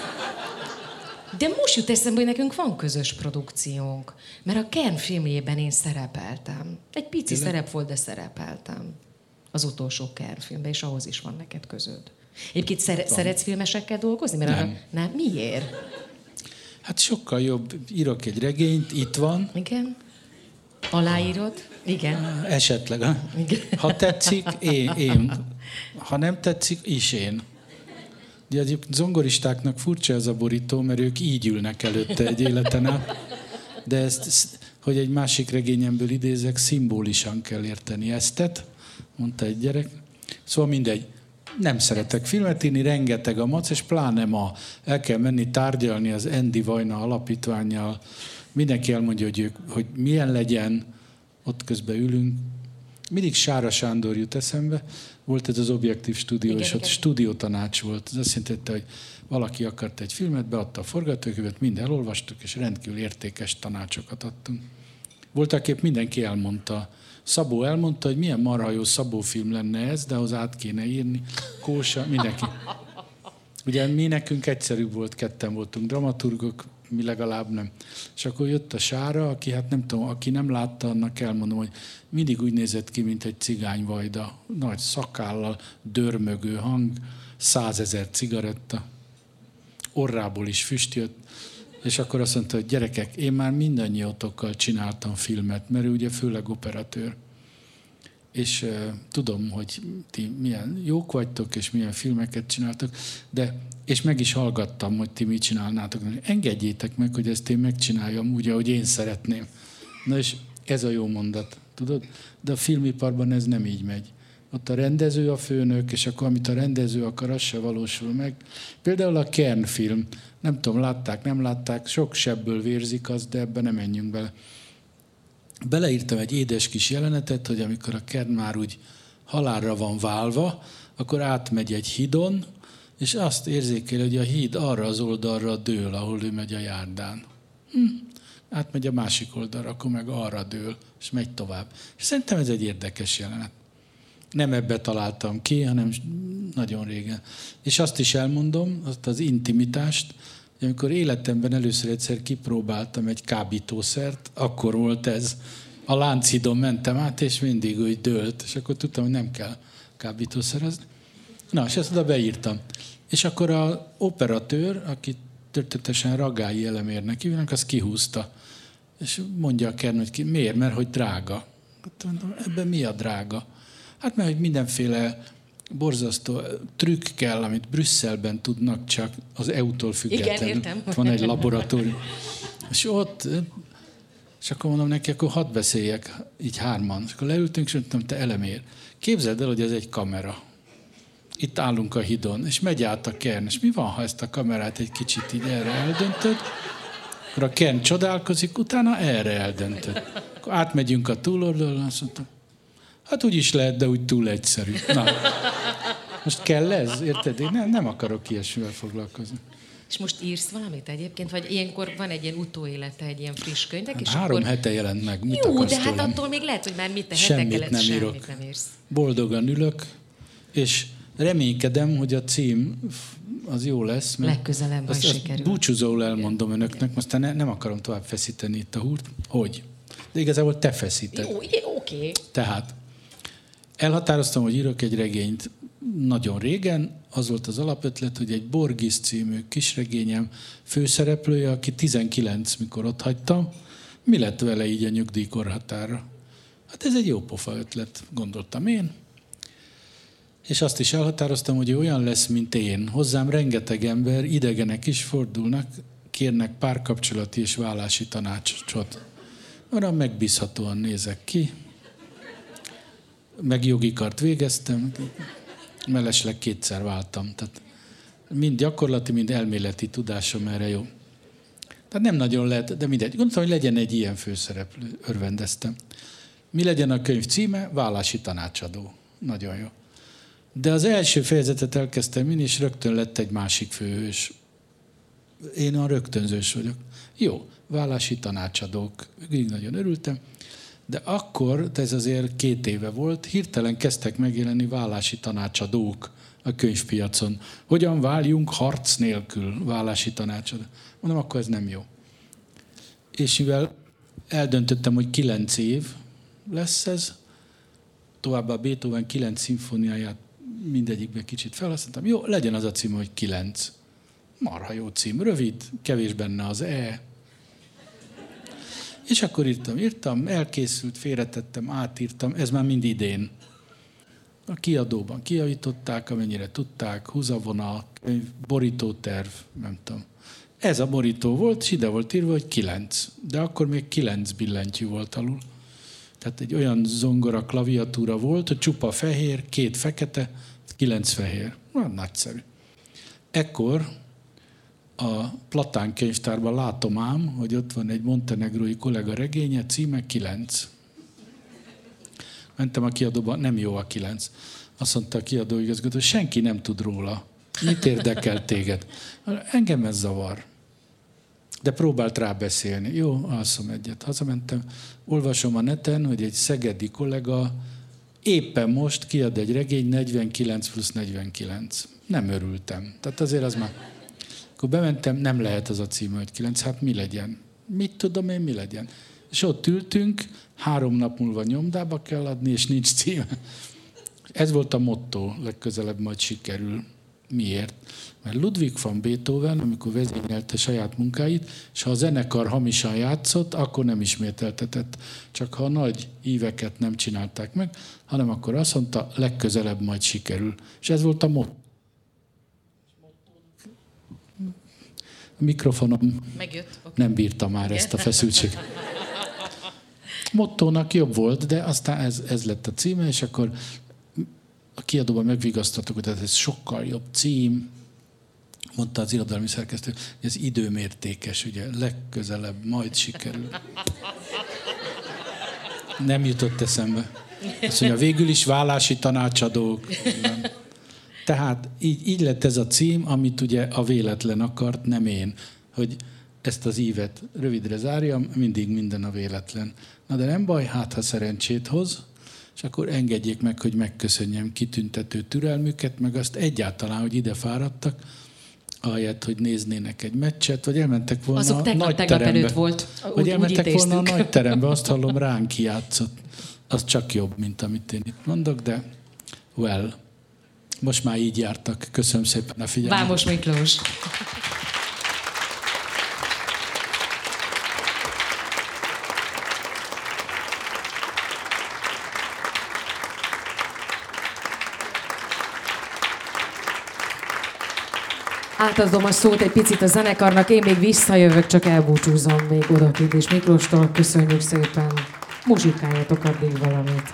de most jut eszembe, hogy nekünk van közös produkciónk. Mert a Kern filmjében én szerepeltem. Egy pici szerep volt, de szerepeltem. Az utolsó Kern filmben, és ahhoz is van neked közöd. Egyébként szeretsz filmesekkel dolgozni? Mert nem, miért? Hát sokkal jobb. Írok egy regényt, itt van. Igen. Aláírod? Igen. Esetleg. Igen. Ha tetszik, én. Ha nem tetszik, is én. De egyébként zongoristáknak furcsa ez a borító, mert ők így ülnek előtte egy életen át. De ezt, hogy egy másik regényemből idézek, szimbólisan kell érteni eztet, mondta egy gyerek. Szóval mindegy. Nem szeretek filmet írni, rengeteg a mac, és pláne ma el kell menni tárgyalni az Endi Vajna alapítvánnyal. Mindenki elmondja, hogy milyen legyen, ott közben ülünk. Mindig Sára Sándor jut eszembe. Volt ez az Objektív Stúdió, és ott stúdiótanács volt. Ez azt jelenti, hogy valaki akart egy filmet, beadta a forgatókönyvet, mind elolvastuk, és rendkívül értékes tanácsokat adtunk. Voltaképp mindenki elmondta. Szabó elmondta, hogy milyen marha jó Szabó film lenne ez, de ahhoz át kéne írni. Kósa, mindenki. Ugye mi nekünk egyszerűbb volt, ketten voltunk dramaturgok, mi legalább nem. És akkor jött a Sára, aki hát nem tudom, aki nem látta, annak elmondom, hogy mindig úgy nézett ki, mint egy cigányvajda. Nagy szakállal, dörmögő hang, 100 000 cigaretta, orrából is füst jött. És akkor azt mondta, hogy gyerekek, én már mindannyiótokkal csináltam filmet, mert ő ugye főleg operatőr. És tudom, hogy ti milyen jók vagytok, és milyen filmeket csináltok, és meg is hallgattam, hogy ti mit csinálnátok. Engedjétek meg, hogy ezt én megcsináljam úgy, ahogy én szeretném. Na és ez a jó mondat, tudod? De a filmiparban ez nem így megy. Ott a rendező a főnök, és akkor amit a rendező akar, az se valósul meg. Például a Kern film, nem tudom, látták, nem látták, sok sebből vérzik az, de ebben nem menjünk bele. Beleírtam egy édes kis jelenetet, hogy amikor a Kern már úgy halálra van válva, akkor átmegy egy hídon, és azt érzékel, hogy a híd arra az oldalra dől, ahol ő megy a járdán. Átmegy a másik oldalra, akkor meg arra dől, és megy tovább. És szerintem ez egy érdekes jelenet. Nem ebbe találtam ki, hanem nagyon régen. És azt is elmondom, azt az intimitást, hogy amikor életemben először egyszer kipróbáltam egy kábítószert, akkor volt ez, a Lánchídon mentem át, és mindig úgy dőlt, és akkor tudtam, hogy nem kell kábítószerezni. Na, és ezt oda beírtam. És akkor az operatőr, aki történetesen Ragályi elemérnek hívnak, az kihúzta. És mondja a Kern, hogy miért? Mert hogy drága. Hát mondom, ebben mi a drága? Hát mert hogy mindenféle borzasztó trükk kell, amit Brüsszelben tudnak csak az EU-tól függetlenül. Igen, értem. Van egy laboratórium. És ott, és akkor mondom neki, akkor hadd beszéljek, így hárman. És akkor leültünk, és mondtam, te elemér. Képzeld el, hogy ez egy kamera. Itt állunk a hídon, és megy át a Kern. És mi van, ha ezt a kamerát egy kicsit így erre eldöntöd? Akkor a Kern csodálkozik, utána erre eldöntöd. Akkor átmegyünk a túloldalon, azt mondtam, hát úgy is lehet, de úgy túl egyszerű. Na, most kell ez, érted? Én nem akarok ilyesmivel foglalkozni. És most írsz valamit egyébként? Vagy ilyenkor van egy ilyen utóélete, egy ilyen friss könyvek? Hát és 3 akkor... hete jelent meg. Mit Jó, akarsz de hát tőlem? attól még lehet, hogy már mit a Semmit hetek nem semmit írok. nem írsz. Boldogan ülök, és reménykedem, hogy a cím az jó lesz. Mert legközelebb majd sikerül. Búcsúzóul elmondom önöknek, aztán nem akarom tovább feszíteni itt a húrt. Hogy? De igazából te feszíted. Jó, oké. Tehát elhatároztam, hogy írok egy regényt nagyon régen. Az volt az alapötlet, hogy egy Borgis című kisregényem főszereplője, aki 19, mikor ott hagytam, mi lett vele így a nyugdíjkorhatárra? Hát ez egy jó pofa ötlet, gondoltam én. És azt is elhatároztam, hogy ő olyan lesz, mint én. Hozzám rengeteg ember, idegenek is fordulnak, kérnek párkapcsolati és vállási tanácsot. Arra megbízhatóan nézek ki. Meg jogi kart végeztem, mellesleg 2-szer váltam. Tehát mind gyakorlati, mind elméleti tudásom erre jó. Tehát nem nagyon lehet, de mindegy. Gondoltam, hogy legyen egy ilyen főszereplő. Örvendeztem. Mi legyen a könyv címe? Vállási tanácsadó. Nagyon jó. De az első fejezetet elkezdtem én, és rögtön lett egy másik főhős. Én a rögtönzős vagyok. Jó, vállási tanácsadók. Így nagyon örültem. De akkor, ez azért 2 éve volt, hirtelen kezdtek megjelenni vállási tanácsadók a könyvpiacon. Hogyan váljunk harc nélkül vállási tanácsadó? Mondom, akkor ez nem jó. És mivel eldöntöttem, hogy 9 év lesz ez, továbbá Beethoven 9 szimfóniáját mindegyikben kicsit felhasználtam. Jó, legyen az a cím, hogy 9. Marha jó cím, rövid, kevés benne az E. És akkor írtam, elkészült, félretettem, átírtam, ez már mind idén. A kiadóban kijavították, amennyire tudták, húzavona, borítóterv, nem tudom. Ez a borító volt, és ide volt írva, hogy 9. De akkor még 9 billentyű volt alul. Tehát egy olyan zongora klaviatúra volt, hogy csupa fehér, 2 fekete, 9 fehér. Nagyszerű. Ekkor a Platán könyvtárban látom ám, hogy ott van egy montenegrói kollega regénye, címe 9. Mentem a kiadóba, nem jó a 9. Azt mondta a kiadóigazgató, senki nem tud róla. Mit érdekel téged? Engem ez zavar. De próbált rá beszélni. Jó, alszom egyet. Hazamentem, olvasom a neten, hogy egy szegedi kollega éppen most kiad egy regény 49 + 49. Nem örültem. Tehát azért az már... Akkor bementem, nem lehet az a cím, hogy 9, hát mi legyen? Mit tudom én, mi legyen? És ott ültünk, 3 nap múlva nyomdába kell adni, és nincs címe. Ez volt a motto, legközelebb majd sikerül. Miért? Mert Ludwig van Beethoven, amikor vezényelte saját munkáit, és ha a zenekar hamisan játszott, akkor nem ismételtetett. Csak ha a nagy íveket nem csinálták meg, hanem akkor azt mondta, legközelebb majd sikerül. És ez volt a motto. A mikrofonom megjött, okay. Nem bírta már ezt a feszültséget. Mottónak jobb volt, de aztán ez lett a címe, és akkor a kiadóban megvigasztottuk, hogy ez sokkal jobb cím. Mondta az irodalmi szerkesztő, hogy ez időmértékes, ugye, legközelebb majd sikerül. Nem jutott eszembe. Azt mondja, végül is vállási tanácsadók. Tehát így lett ez a cím, amit ugye a véletlen akart, nem én, hogy ezt az ívet rövidre zárjam, mindig minden a véletlen. Na de nem baj, hát ha szerencsét hoz, és akkor engedjék meg, hogy megköszönjem kitüntető türelmüket, meg azt egyáltalán, hogy ide fáradtak. ahelyett, hogy néznének egy meccset, vagy elmentek volna azok a nagy tegnap terembe. előtt volt, vagy elmentek volna a nagy terembe, azt hallom, ránk játszott. Az csak jobb, mint amit én itt mondok, de well, most már így jártak. Köszönöm szépen a figyelmet. Vámos Miklós. Átadom a szót egy picit a zenekarnak, én még visszajövök, csak elbúcsúzom még odakint és Miklóstól. Köszönjük szépen, muzsikáljatok addig valamit.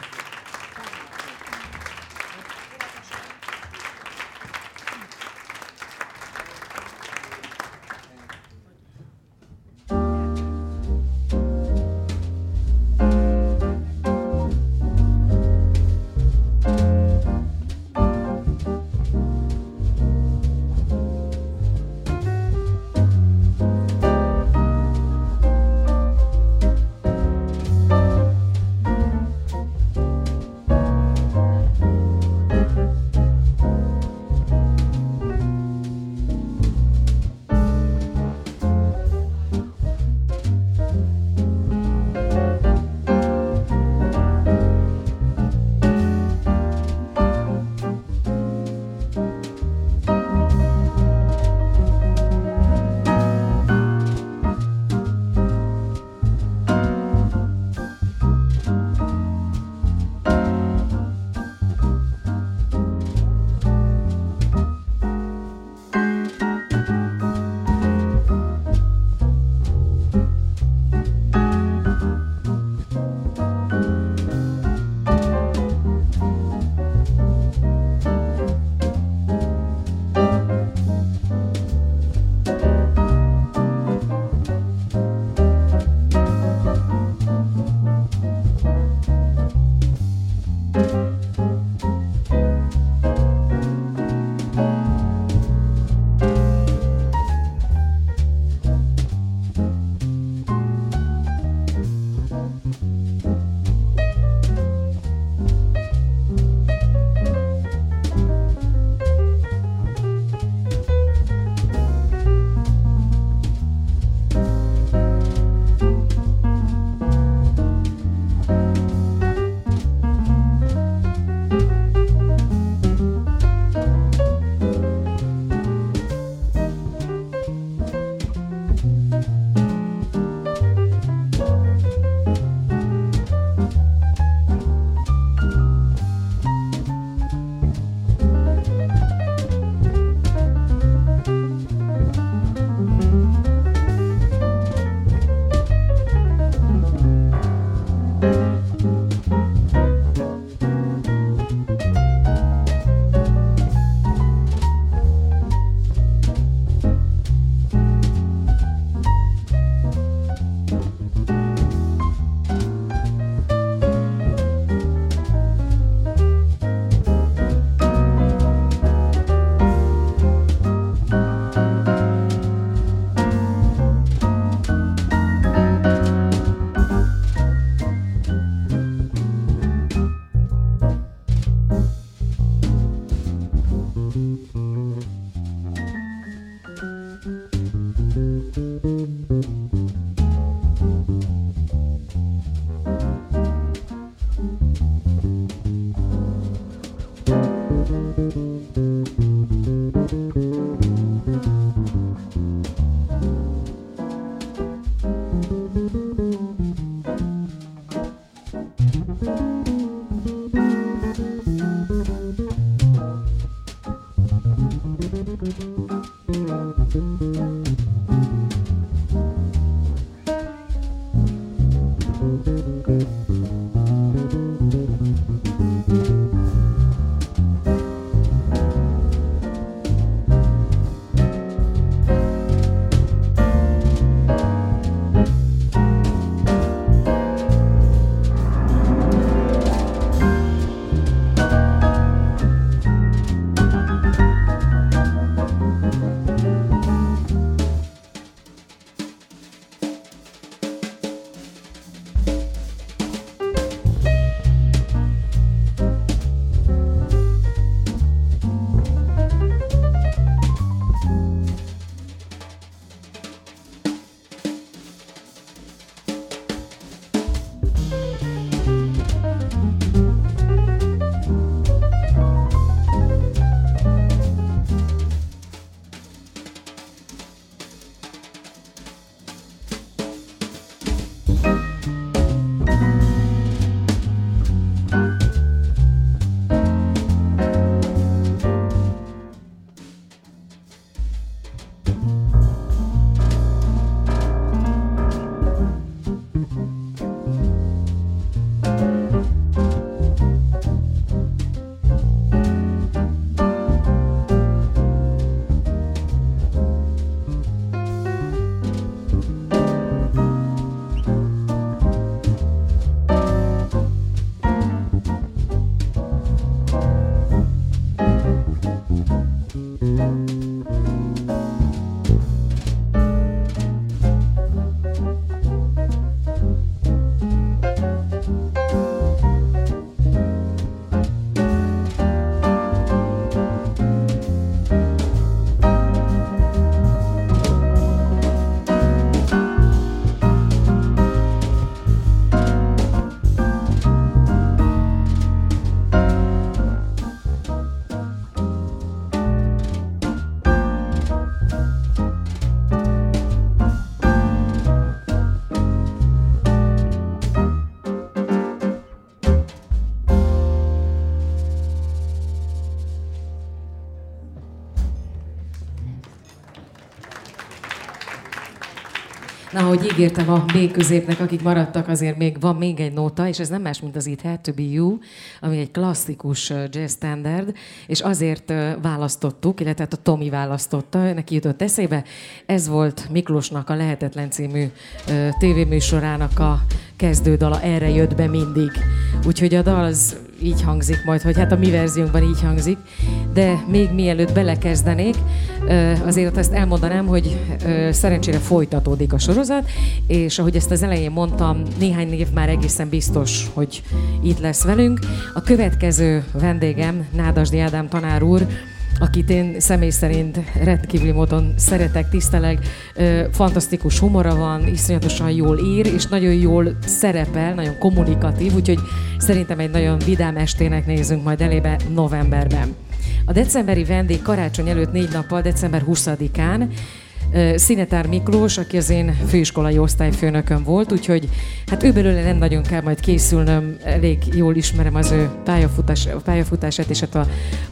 Na, ahogy ígértem a B-középnek, akik maradtak, azért van még egy nóta, és ez nem más, mint az It Had to Be You, ami egy klasszikus jazz standard, és azért választottuk, illetve a Tomi választotta, neki jutott eszébe. Ez volt Miklósnak a Lehetetlen című tévéműsorának a kezdődala, erre jött be mindig. Úgyhogy a dal az így hangzik majd, hogy hát a mi verziónkban így hangzik, de még mielőtt belekezdenék, azért ezt elmondanám, hogy szerencsére folytatódik a sorozat, és ahogy ezt az elején mondtam, néhány név már egészen biztos, hogy itt lesz velünk. A következő vendégem, Nádasdy Ádám tanár úr, akit én személy szerint rendkívüli módon szeretek, tisztelek, fantasztikus humora van, iszonyatosan jól ír, és nagyon jól szerepel, nagyon kommunikatív, úgyhogy szerintem egy nagyon vidám estének nézünk majd elébe novemberben. A decemberi vendég karácsony előtt 4 nappal, december 20-án Szinetár Miklós, aki az én főiskolai osztályfőnököm volt, úgyhogy hát őbelőle nem nagyon kell majd készülnöm, elég jól ismerem az ő pályafutását, és hát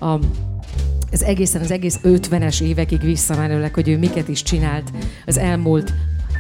az egész 50-es évekig visszamenőleg, hogy ő miket is csinált az elmúlt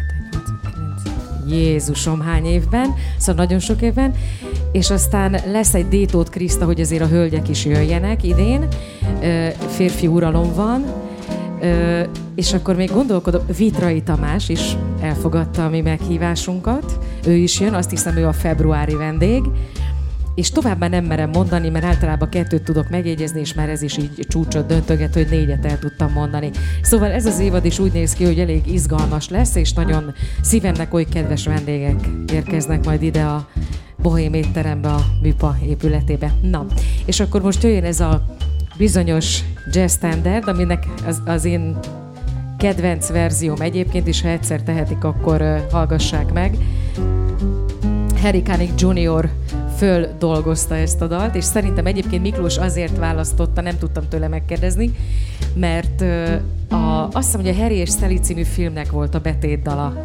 Jézusom hány évben, szóval nagyon sok évben, és aztán lesz egy D-Tóth Kriszta, hogy azért a hölgyek is jöjjenek idén, férfi uralom van, és akkor még gondolkodom, Vitrai Tamás is elfogadta a mi meghívásunkat, ő is jön, azt hiszem ő a februári vendég, és tovább már nem merem mondani, mert általában 2 tudok megjegyezni, és már ez is így csúcsot döntöget, hogy 4 el tudtam mondani. Szóval ez az évad is úgy néz ki, hogy elég izgalmas lesz, és nagyon szívemnek oly kedves vendégek érkeznek majd ide a Bohém étterembe, a Műpa épületébe. Na, és akkor most jöjjön ez a bizonyos jazz standard, aminek az én kedvenc verzióm egyébként, és ha egyszer tehetik, akkor hallgassák meg. Harry Connick Jr. földolgozta ezt a dalt, és szerintem egyébként Miklós azért választotta, nem tudtam tőle megkérdezni, mert azt hiszem, hogy a Harry és Sally című filmnek volt a betétdala,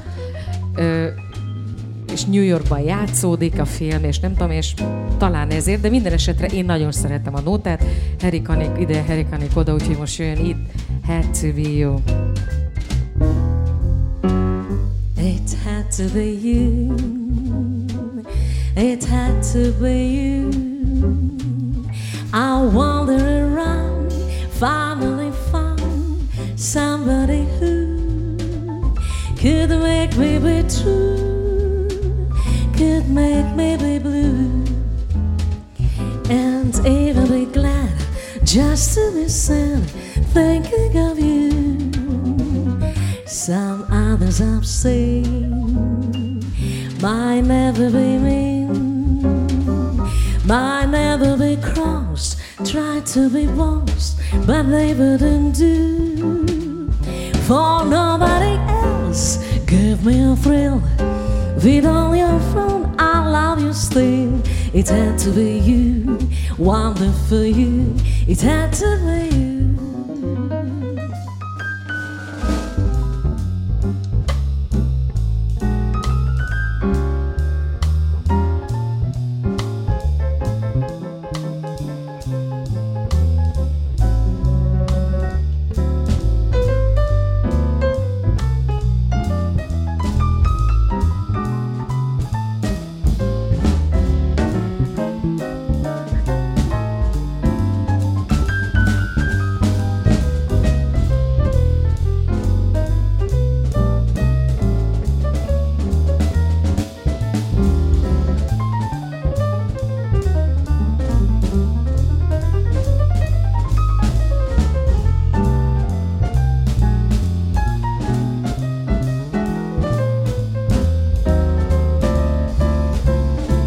és New Yorkban játszódik a film, és nem tudom, és talán ezért, de minden esetre én nagyon szeretem a nótát. Harry Connick ide, Harry Connick oda, úgyhogy most jön It Had to Be You. It had to be you. It had to be you. I wander around, finally found somebody who could make me be true, could make me be blue, and even be glad just to be sad, thinking of you. Some others I've seen might never be mean, might never be crossed, tried to be bossed, but they wouldn't do. For nobody else gave me a thrill. With all your phone, I love you still. It had to be you, wonderful you. It had to be you.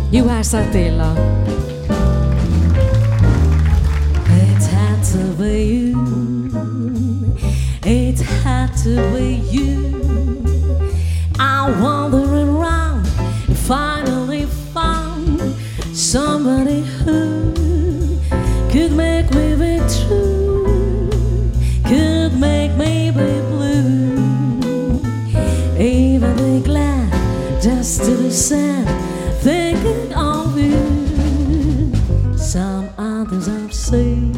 Juhász Attila. It had to be you. It had to be you. I wandered around and finally found somebody who could make me be true, could make me be blue, even be glad just to be sad, thinking of you. Some others I've seen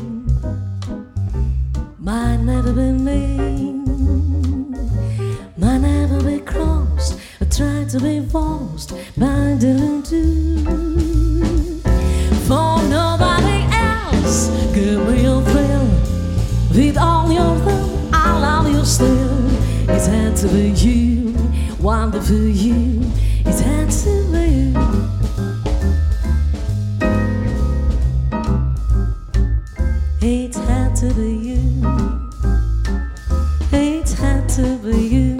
might never be mean, might never be crossed, or try to be forced by the do. For nobody else give me a thrill. With all your love, I love you still. It had to be you, wonderful you. It had to be you. It had to be you. It had to be you.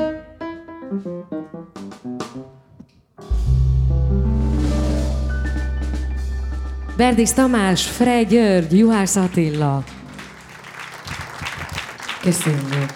Berdis Tamás, Frey György, Juhász Attila. Köszönjük.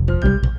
Thank you.